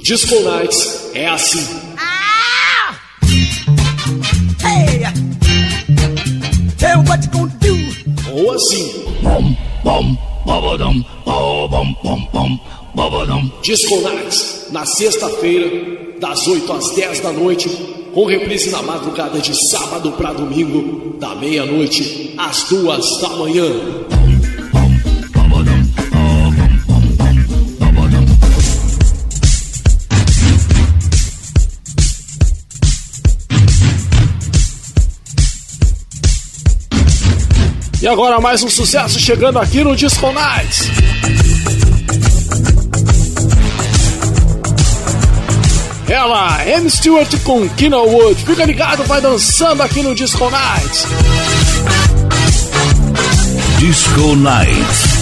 Disco Nights é assim. Ah! Hey! Tell what you gonna do? Ou assim. Bom, bom, babadum, bom, bom, bom, babadum. Disco Nights, na sexta-feira, das oito às dez da noite, com reprise na madrugada de sábado para domingo, da meia-noite às duas da manhã. E agora mais um sucesso chegando aqui no Disco Nights. Ela, M. Stewart com Kino Wood. Fica ligado, vai dançando aqui no Disco Nights. Disco Nights.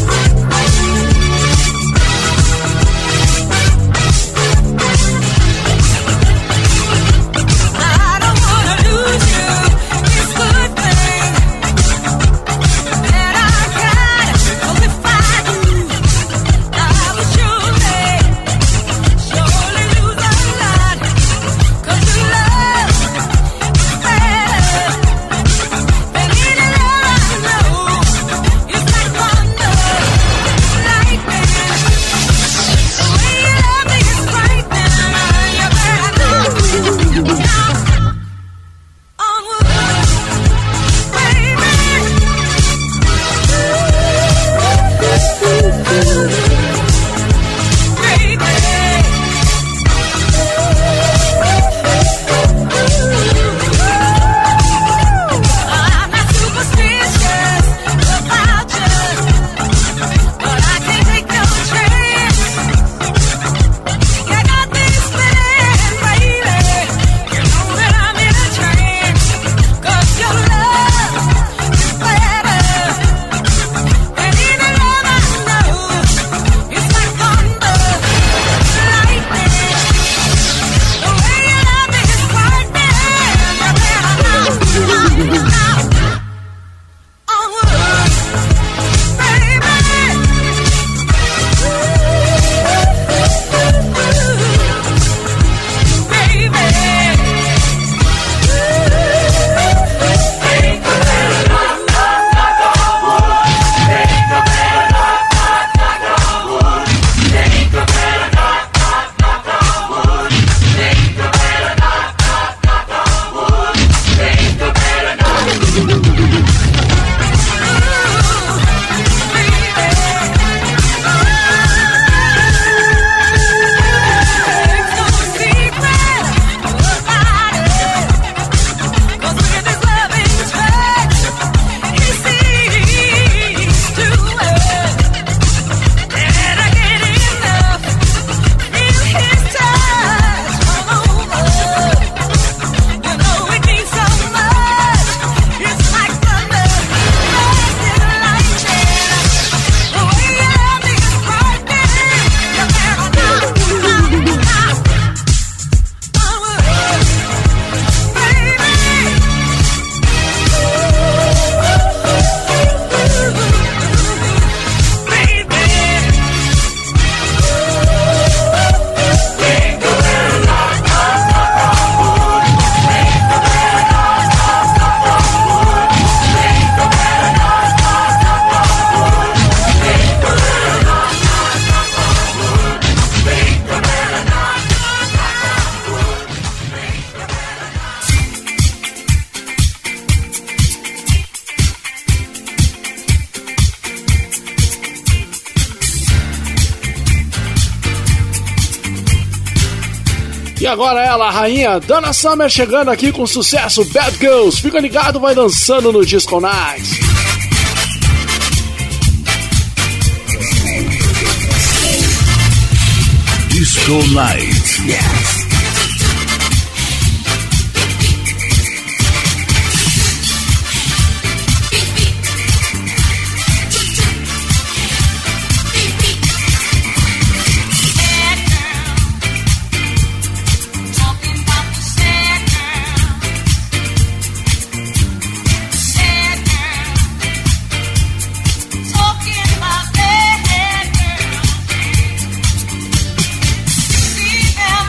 E agora ela, a rainha Donna Summer, chegando aqui com o sucesso Bad Girls. Fica ligado, vai dançando no Disco Nights. Disco Nights. Yes. Them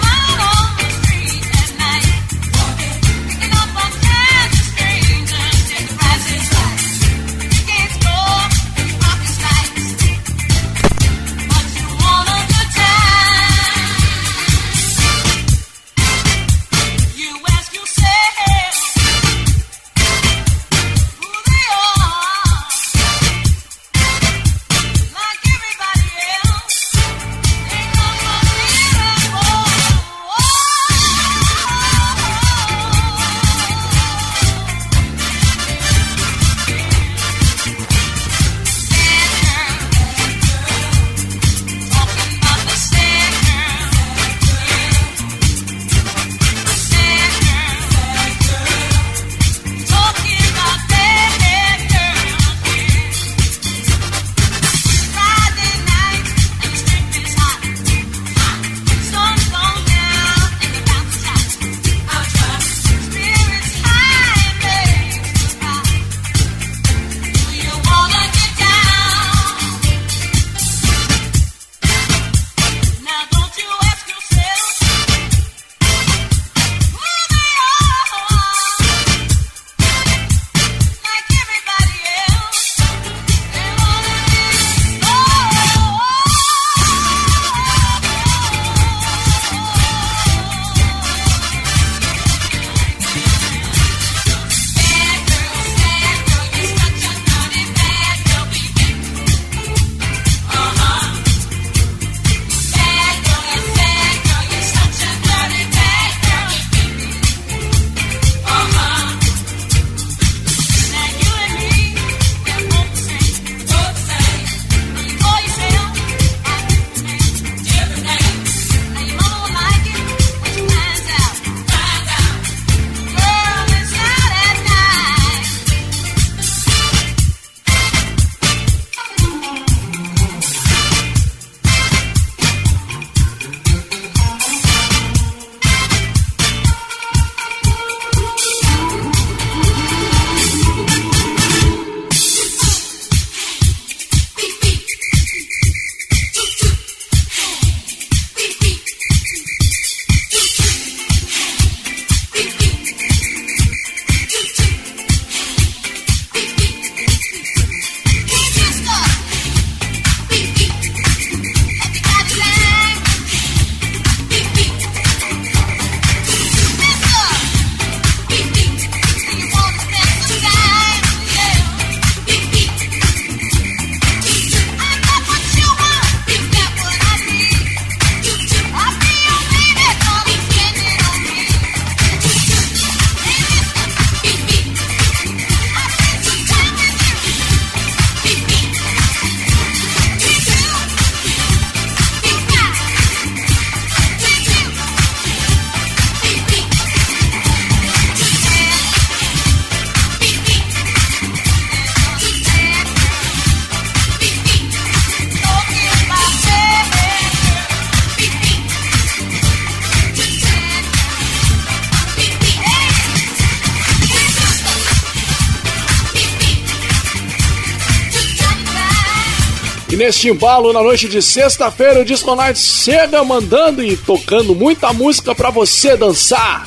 neste embalo, na noite de sexta-feira, o Disco Night chega mandando e tocando muita música pra você dançar.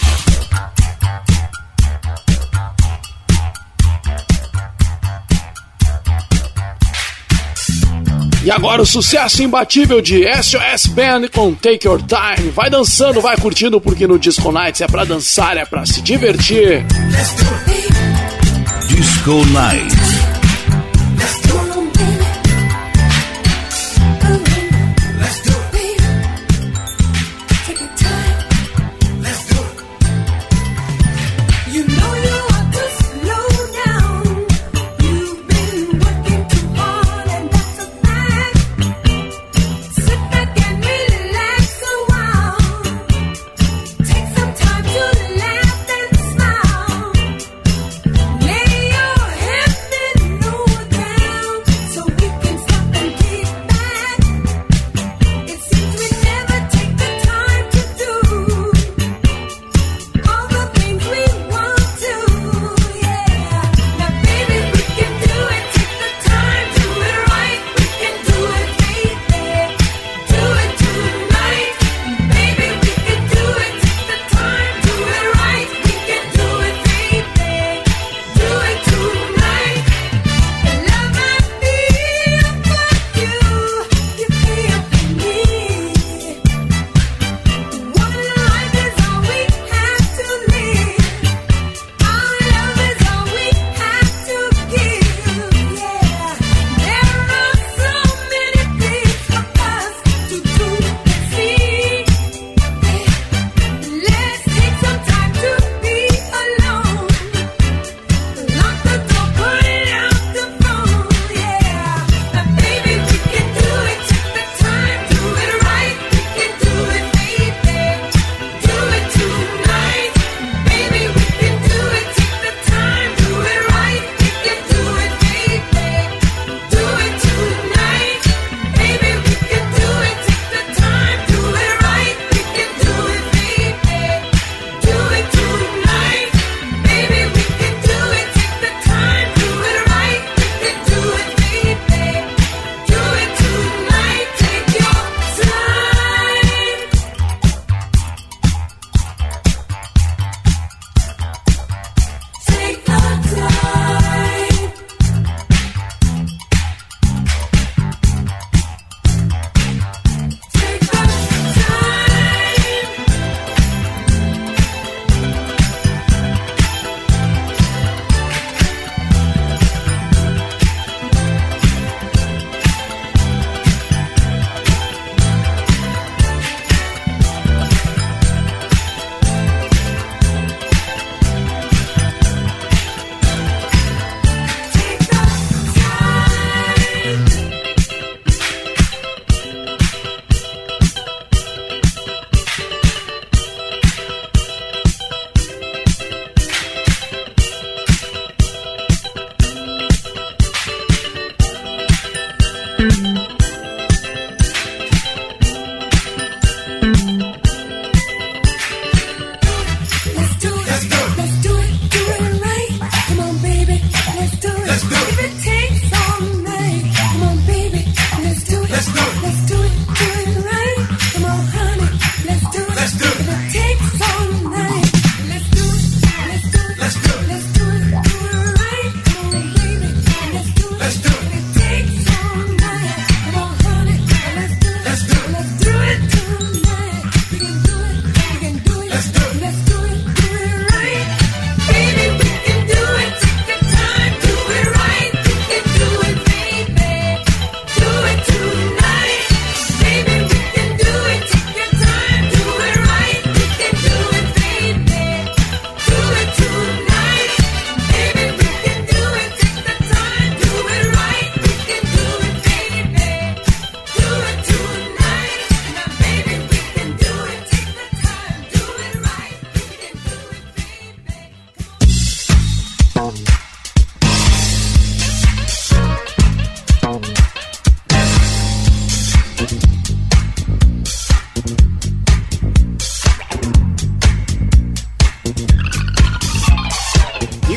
E agora o sucesso imbatível de S O S Band com Take Your Time. Vai dançando, vai curtindo, porque no Disco Nights é pra dançar, é pra se divertir. Disco Night. Lay your head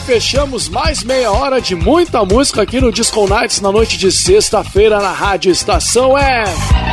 fechamos mais meia hora de muita música aqui no Disco Nights na noite de sexta-feira na Rádio Estação é...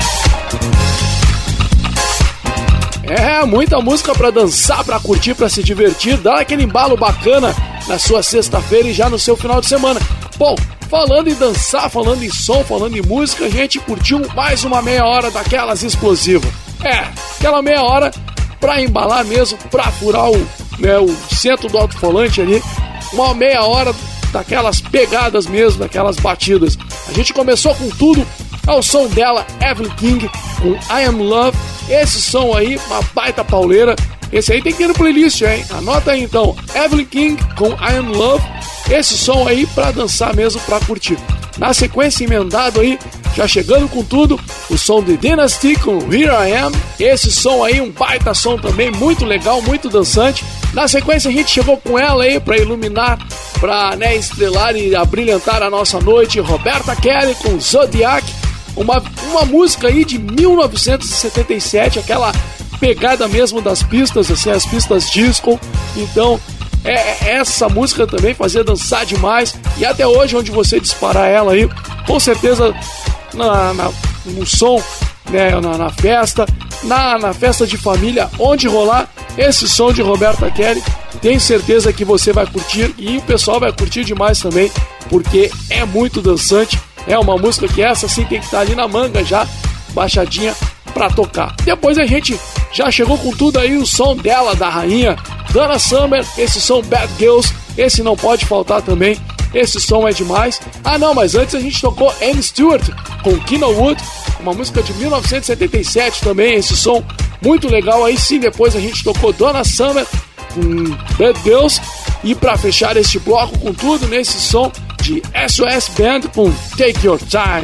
É, muita música pra dançar, pra curtir, pra se divertir, dar aquele embalo bacana na sua sexta-feira e já no seu final de semana. Bom, falando em dançar, falando em som, falando em música, a gente curtiu mais uma meia hora daquelas explosivas. É, aquela meia hora pra embalar mesmo, pra furar o, né, o centro do alto-falante ali. Uma meia hora daquelas pegadas mesmo, daquelas batidas. A gente começou com tudo ao som dela, Evelyn King, com I Am Love. Esse som aí, uma baita pauleira. Esse aí tem que ir no playlist, hein? Anota aí então, Evelyn King com I Am Love. Esse som aí pra dançar mesmo, pra curtir. Na sequência, emendado aí, já chegando com tudo, o som de Dynasty com Here I Am. Esse som aí, um baita som também, muito legal, muito dançante. Na sequência, a gente chegou com ela aí pra iluminar, pra, né, estrelar e abrilhantar a nossa noite, Roberta Kelly com Zodiac. Uma, uma música aí de mil novecentos e setenta e sete, aquela pegada mesmo das pistas, assim, as pistas disco. Então, é, é, essa música também fazia dançar demais. E até hoje, onde você disparar ela aí, com certeza na, na, no som, né, na, na festa, na, na festa de família, onde rolar esse som de Roberta Kelly, tenho certeza que você vai curtir e o pessoal vai curtir demais também, porque é muito dançante. É uma música que essa sim tem que estar ali na manga já, baixadinha pra tocar. Depois a gente já chegou com tudo aí, o som dela, da rainha Donna Summer, esse som Bad Girls, esse não pode faltar também, esse som é demais. Ah não, mas antes a gente tocou Anne Stewart com Keanu Wood, uma música de mil novecentos e setenta e sete também, esse som muito legal. Aí sim, depois a gente tocou Donna Summer com Bad Girls. E pra fechar este bloco com tudo, nesse som de S O S Band com Take Your Time.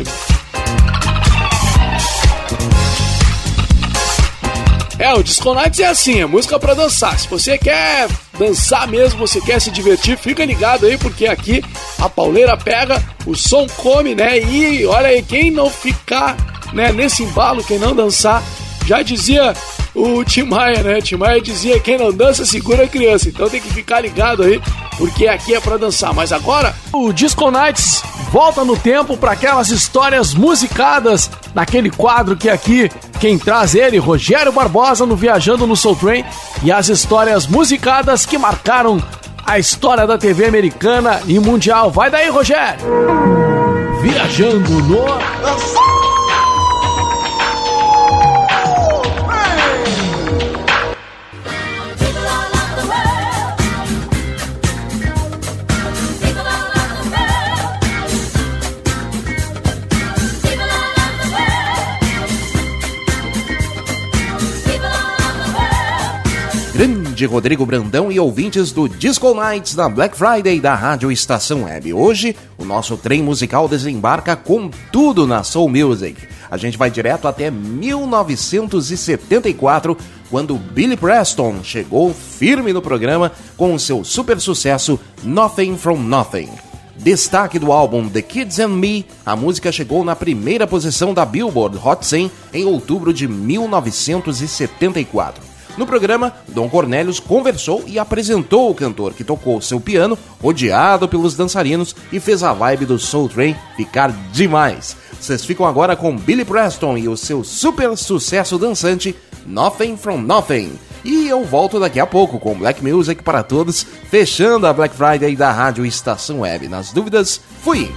É, o Disco Nights é assim, é música pra dançar. Se você quer dançar mesmo, você quer se divertir, fica ligado aí, porque aqui a pauleira pega, o som come, né? E olha aí, quem não ficar, né, nesse embalo, quem não dançar, já dizia o Tim Maia, né? Tim Maia dizia, quem não dança segura a criança. Então tem que ficar ligado aí, porque aqui é pra dançar. Mas agora, o Disco Nights volta no tempo para aquelas histórias musicadas naquele quadro que aqui quem traz ele, Rogério Barbosa, no Viajando no Soul Train, e as histórias musicadas que marcaram a história da T V americana e mundial. Vai daí, Rogério! Viajando no... Grande Rodrigo Brandão e ouvintes do Disco Nights na Black Friday da Rádio Estação Web. Hoje, o nosso trem musical desembarca com tudo na Soul Music. A gente vai direto até mil novecentos e setenta e quatro, quando Billy Preston chegou firme no programa com o seu super sucesso Nothing From Nothing. Destaque do álbum The Kids and Me, a música chegou na primeira posição da Billboard Hot cem em outubro de mil novecentos e setenta e quatro. No programa, Dom Cornelius conversou e apresentou o cantor, que tocou seu piano, odiado pelos dançarinos, e fez a vibe do Soul Train ficar demais. Vocês ficam agora com Billy Preston e o seu super sucesso dançante, Nothing From Nothing. E eu volto daqui a pouco com Black Music para todos, fechando a Black Friday da Rádio Estação Web. Nas dúvidas, fui!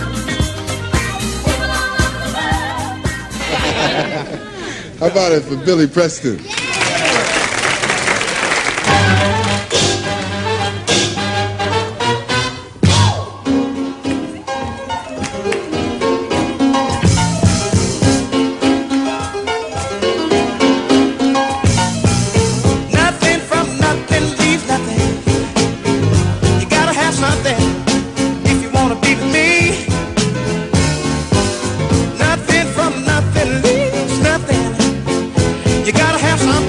How about it for Billy Preston? You gotta have something.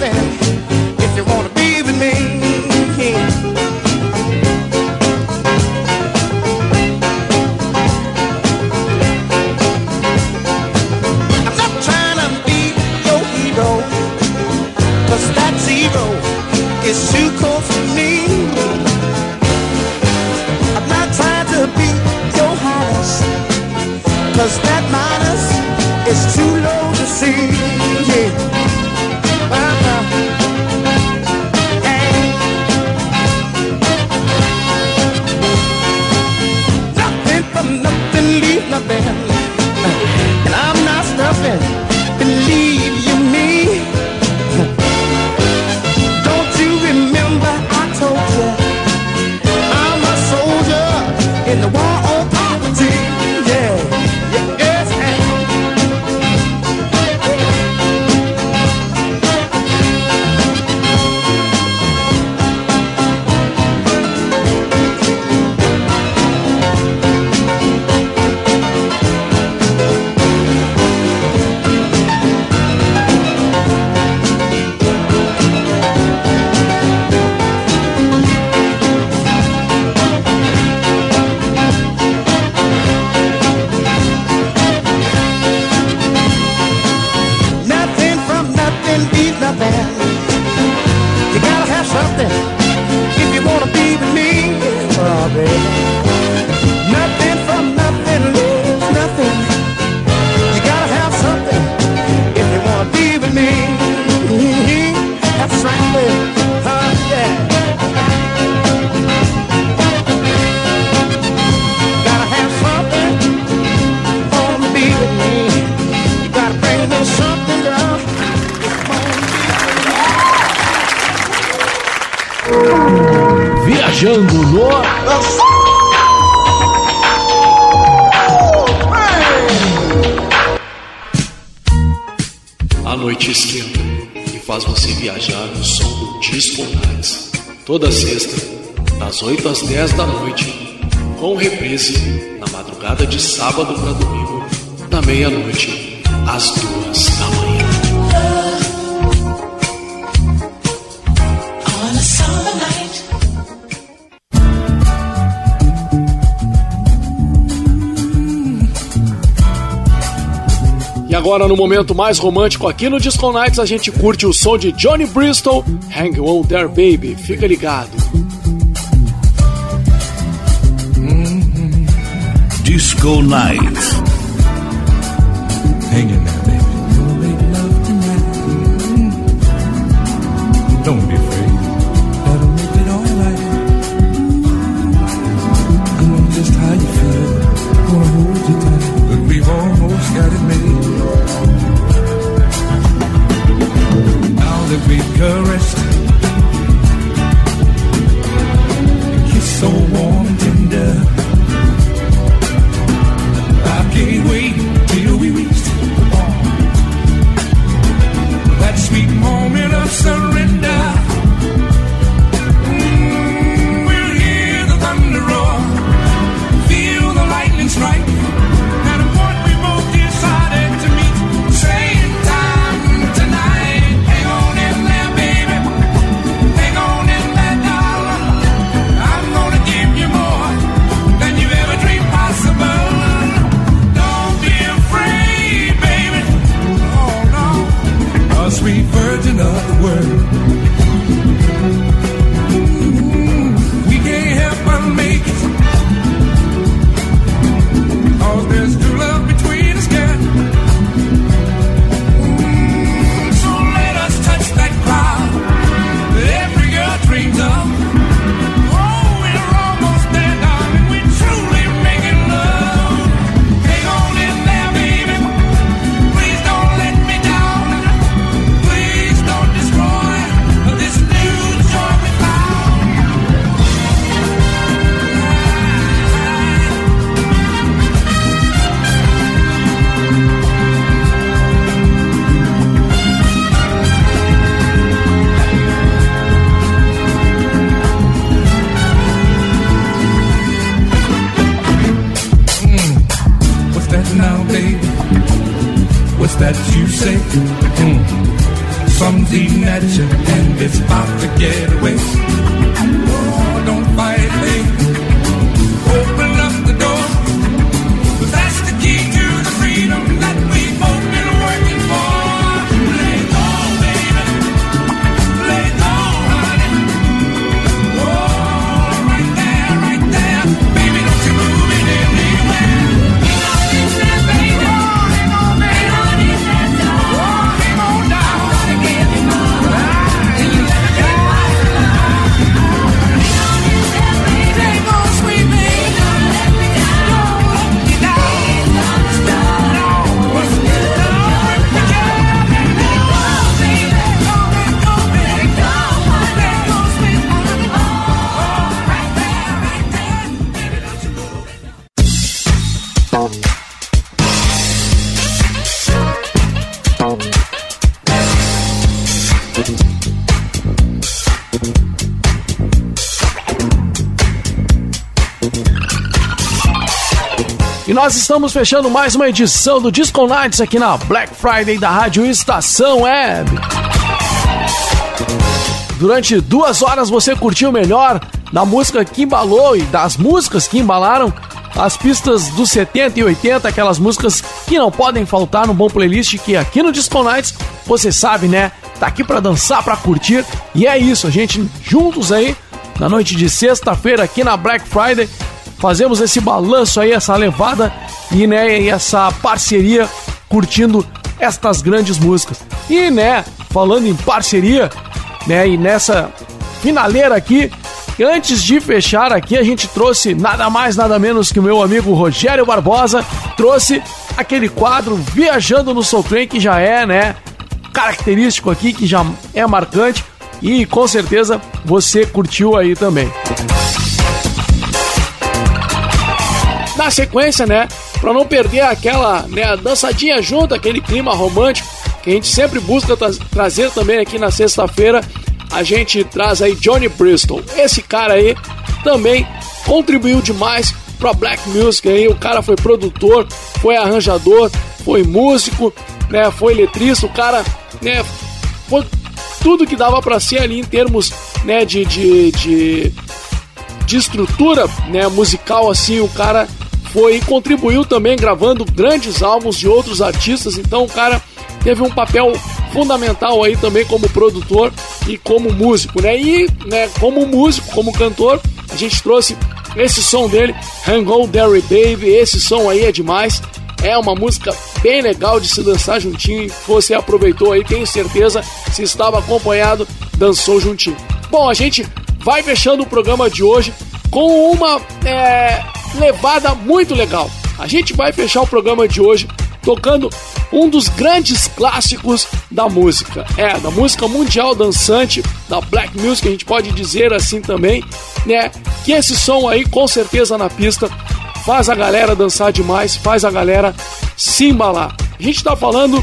nothing, be nothing. You gotta have something if you wanna be with me. Oh, baby. Nothing from nothing leaves nothing. You gotta have something if you wanna be with me. That's right, baby. Oh, yeah. Gotta have something wanna be with me. You gotta bring me something, girl. Viajando no... A noite esquenta e faz você viajar no som do Disco Nights. Toda sexta, das oito às dez da noite, com reprise na madrugada de sábado para domingo, da meia-noite às duas da manhã. E agora, no momento mais romântico aqui no Disco Nights, a gente curte o som de Johnny Bristol, Hang On There Baby. Fica ligado. Mm-hmm. Disco Nights. Hang in there, baby. Gonna make love tonight. Mm-hmm. Don't be afraid. That'll make it alright. I know just how you feel. Gonna hold you tight, but we've almost got it made. That we've caressed, a kiss so warm and tender. I can't wait till we reach that sweet moment of surrender. Mm, we'll hear the thunder roar, feel the lightning strike, and what we both decided to meet, same time tonight. Sweet virgin of the world. Mm-hmm. We can't help but make it, 'cause there's true love between us, girl. Mm-hmm. So let us touch that cloud that every girl dreams of. Oh, we're almost there, darling. We're truly making love. Hang on in there, baby. Please don't let me down. This new joy we found. Mm. What's that now, baby? What's that you say? Mm. Something's eating at you and it's about to get away. Oh, don't fight, baby. Open up the door. 'Cause that's the key to the freedom that we've both been working for. Let go, baby. Let go, honey. Oh, right there, right there. Baby, don't you move it anywhere. Hang on in there, baby. Hang on, baby. Hang on in there, down. Hang on down. E nós estamos fechando mais uma edição do Disco Nights aqui na Black Friday da Rádio Estação Web. Durante duas horas você curtiu o melhor da música que embalou e das músicas que embalaram as pistas dos setenta e oitenta, aquelas músicas que não podem faltar no bom playlist, que aqui no Disco Nights, você sabe, né, tá aqui pra dançar, pra curtir. E é isso, a gente juntos aí, na noite de sexta-feira aqui na Black Friday, fazemos esse balanço aí, essa levada e, né, e essa parceria curtindo estas grandes músicas. E, né, falando em parceria, né, e nessa finaleira aqui, antes de fechar aqui, a gente trouxe nada mais, nada menos que o meu amigo Rogério Barbosa, trouxe aquele quadro Viajando no Soul Train, que já é, né, característico aqui, que já é marcante e com certeza você curtiu aí também. Na sequência, né, pra não perder aquela, né, dançadinha junto, aquele clima romântico que a gente sempre busca tra- trazer também aqui na sexta-feira, a gente traz aí Johnny Bristol. Esse cara aí também contribuiu demais pra Black Music aí. O cara foi produtor, foi arranjador, foi músico, né, foi letrista. O cara, né, foi tudo que dava pra ser ali em termos, né, de, de, de, de estrutura, né, musical, assim. O cara foi e contribuiu também gravando grandes álbuns de outros artistas. Então o cara teve um papel fundamental aí também como produtor e como músico, né? E, né, como músico, como cantor, a gente trouxe esse som dele, Hang On Derry Baby. Esse som aí é demais, é uma música bem legal de se dançar juntinho. Você aproveitou aí, tenho certeza, se estava acompanhado, dançou juntinho. Bom, a gente vai fechando o programa de hoje com uma é, levada muito legal. A gente vai fechar o programa de hoje tocando um dos grandes clássicos da música, é, da música mundial dançante, da Black Music, a gente pode dizer assim também, né, que esse som aí, com certeza na pista, faz a galera dançar demais, faz a galera se embalar. A gente tá falando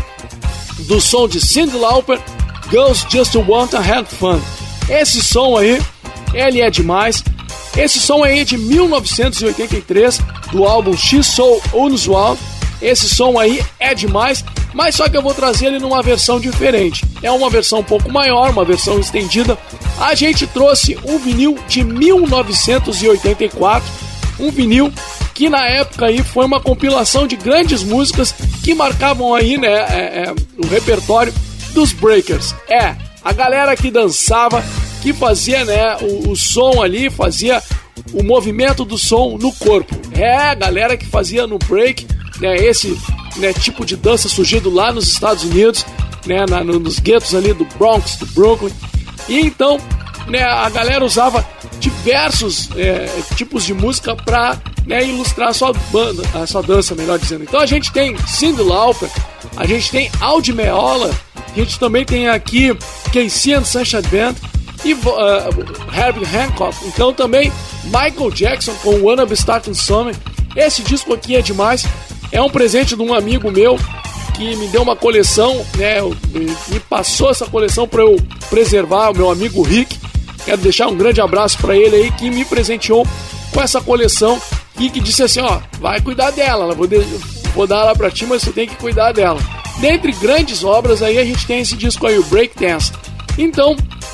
do som de Cyndi Lauper, Girls Just Want to Have Fun. Esse som aí, ele é demais. Esse som aí é de mil novecentos e oitenta e três, do álbum She's So Unusual. Esse som aí é demais, mas só que eu vou trazer ele numa versão diferente. É uma versão um pouco maior, uma versão estendida. A gente trouxe um vinil de mil novecentos e oitenta e quatro, um vinil que na época aí foi uma compilação de grandes músicas que marcavam aí, né, é, é, o repertório dos breakers. É, a galera que dançava, que fazia, né, o, o som ali, fazia o movimento do som no corpo. É, a galera que fazia no break, né, esse, né, tipo de dança surgido lá nos Estados Unidos, né, na, no, nos guetos ali do Bronx, do Brooklyn. E então, né, a galera usava diversos é, tipos de música para, né, ilustrar a sua banda, a sua dança, melhor dizendo. Então a gente tem Cyndi Lauper, a gente tem Aldi Meola, a gente também tem aqui K C and Sunshine Band e uh, Herbie Hancock. Então também Michael Jackson com Wanna Be Starting Something. Esse disco aqui é demais. É um presente de um amigo meu que me deu uma coleção, né, me passou essa coleção para eu preservar, o meu amigo Rick. Quero deixar um grande abraço para ele aí, que me presenteou com essa coleção e que disse assim, ó, vai cuidar dela, vou, de, vou dar ela para ti, mas você tem que cuidar dela. Dentre grandes obras aí a gente tem esse disco aí, o Break Dance. Então,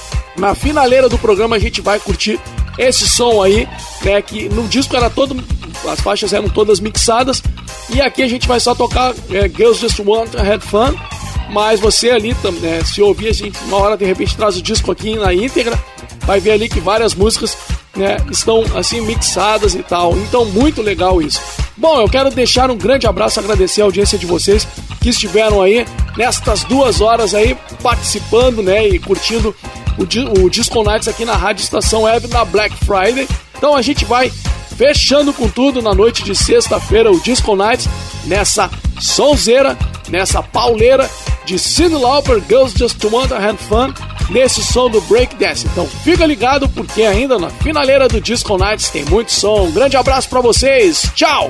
na finaleira do programa a gente vai curtir esse som aí, né, que no disco era todo, as faixas eram todas mixadas. E aqui a gente vai só tocar é, Girls Just Want to Have Fun. Mas você ali, é, se ouvir, a gente uma hora de repente traz o disco aqui na íntegra, vai ver ali que várias músicas, né, estão assim mixadas e tal. Então muito legal isso. Bom, eu quero deixar um grande abraço, agradecer a audiência de vocês que estiveram aí nestas duas horas aí participando, né, e curtindo o, o Disco Nights aqui na Rádio Estação Web na Black Friday. Então a gente vai fechando com tudo na noite de sexta-feira, o Disco Nights, nessa sonzeira, nessa pauleira de Cyndi Lauper, Girls Just Want to Have Fun, nesse som do Break Dance. Então fica ligado, porque ainda na finaleira do Disco Nights tem muito som. Um grande abraço pra vocês, tchau!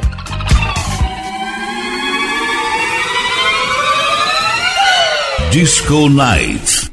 Disco Nights.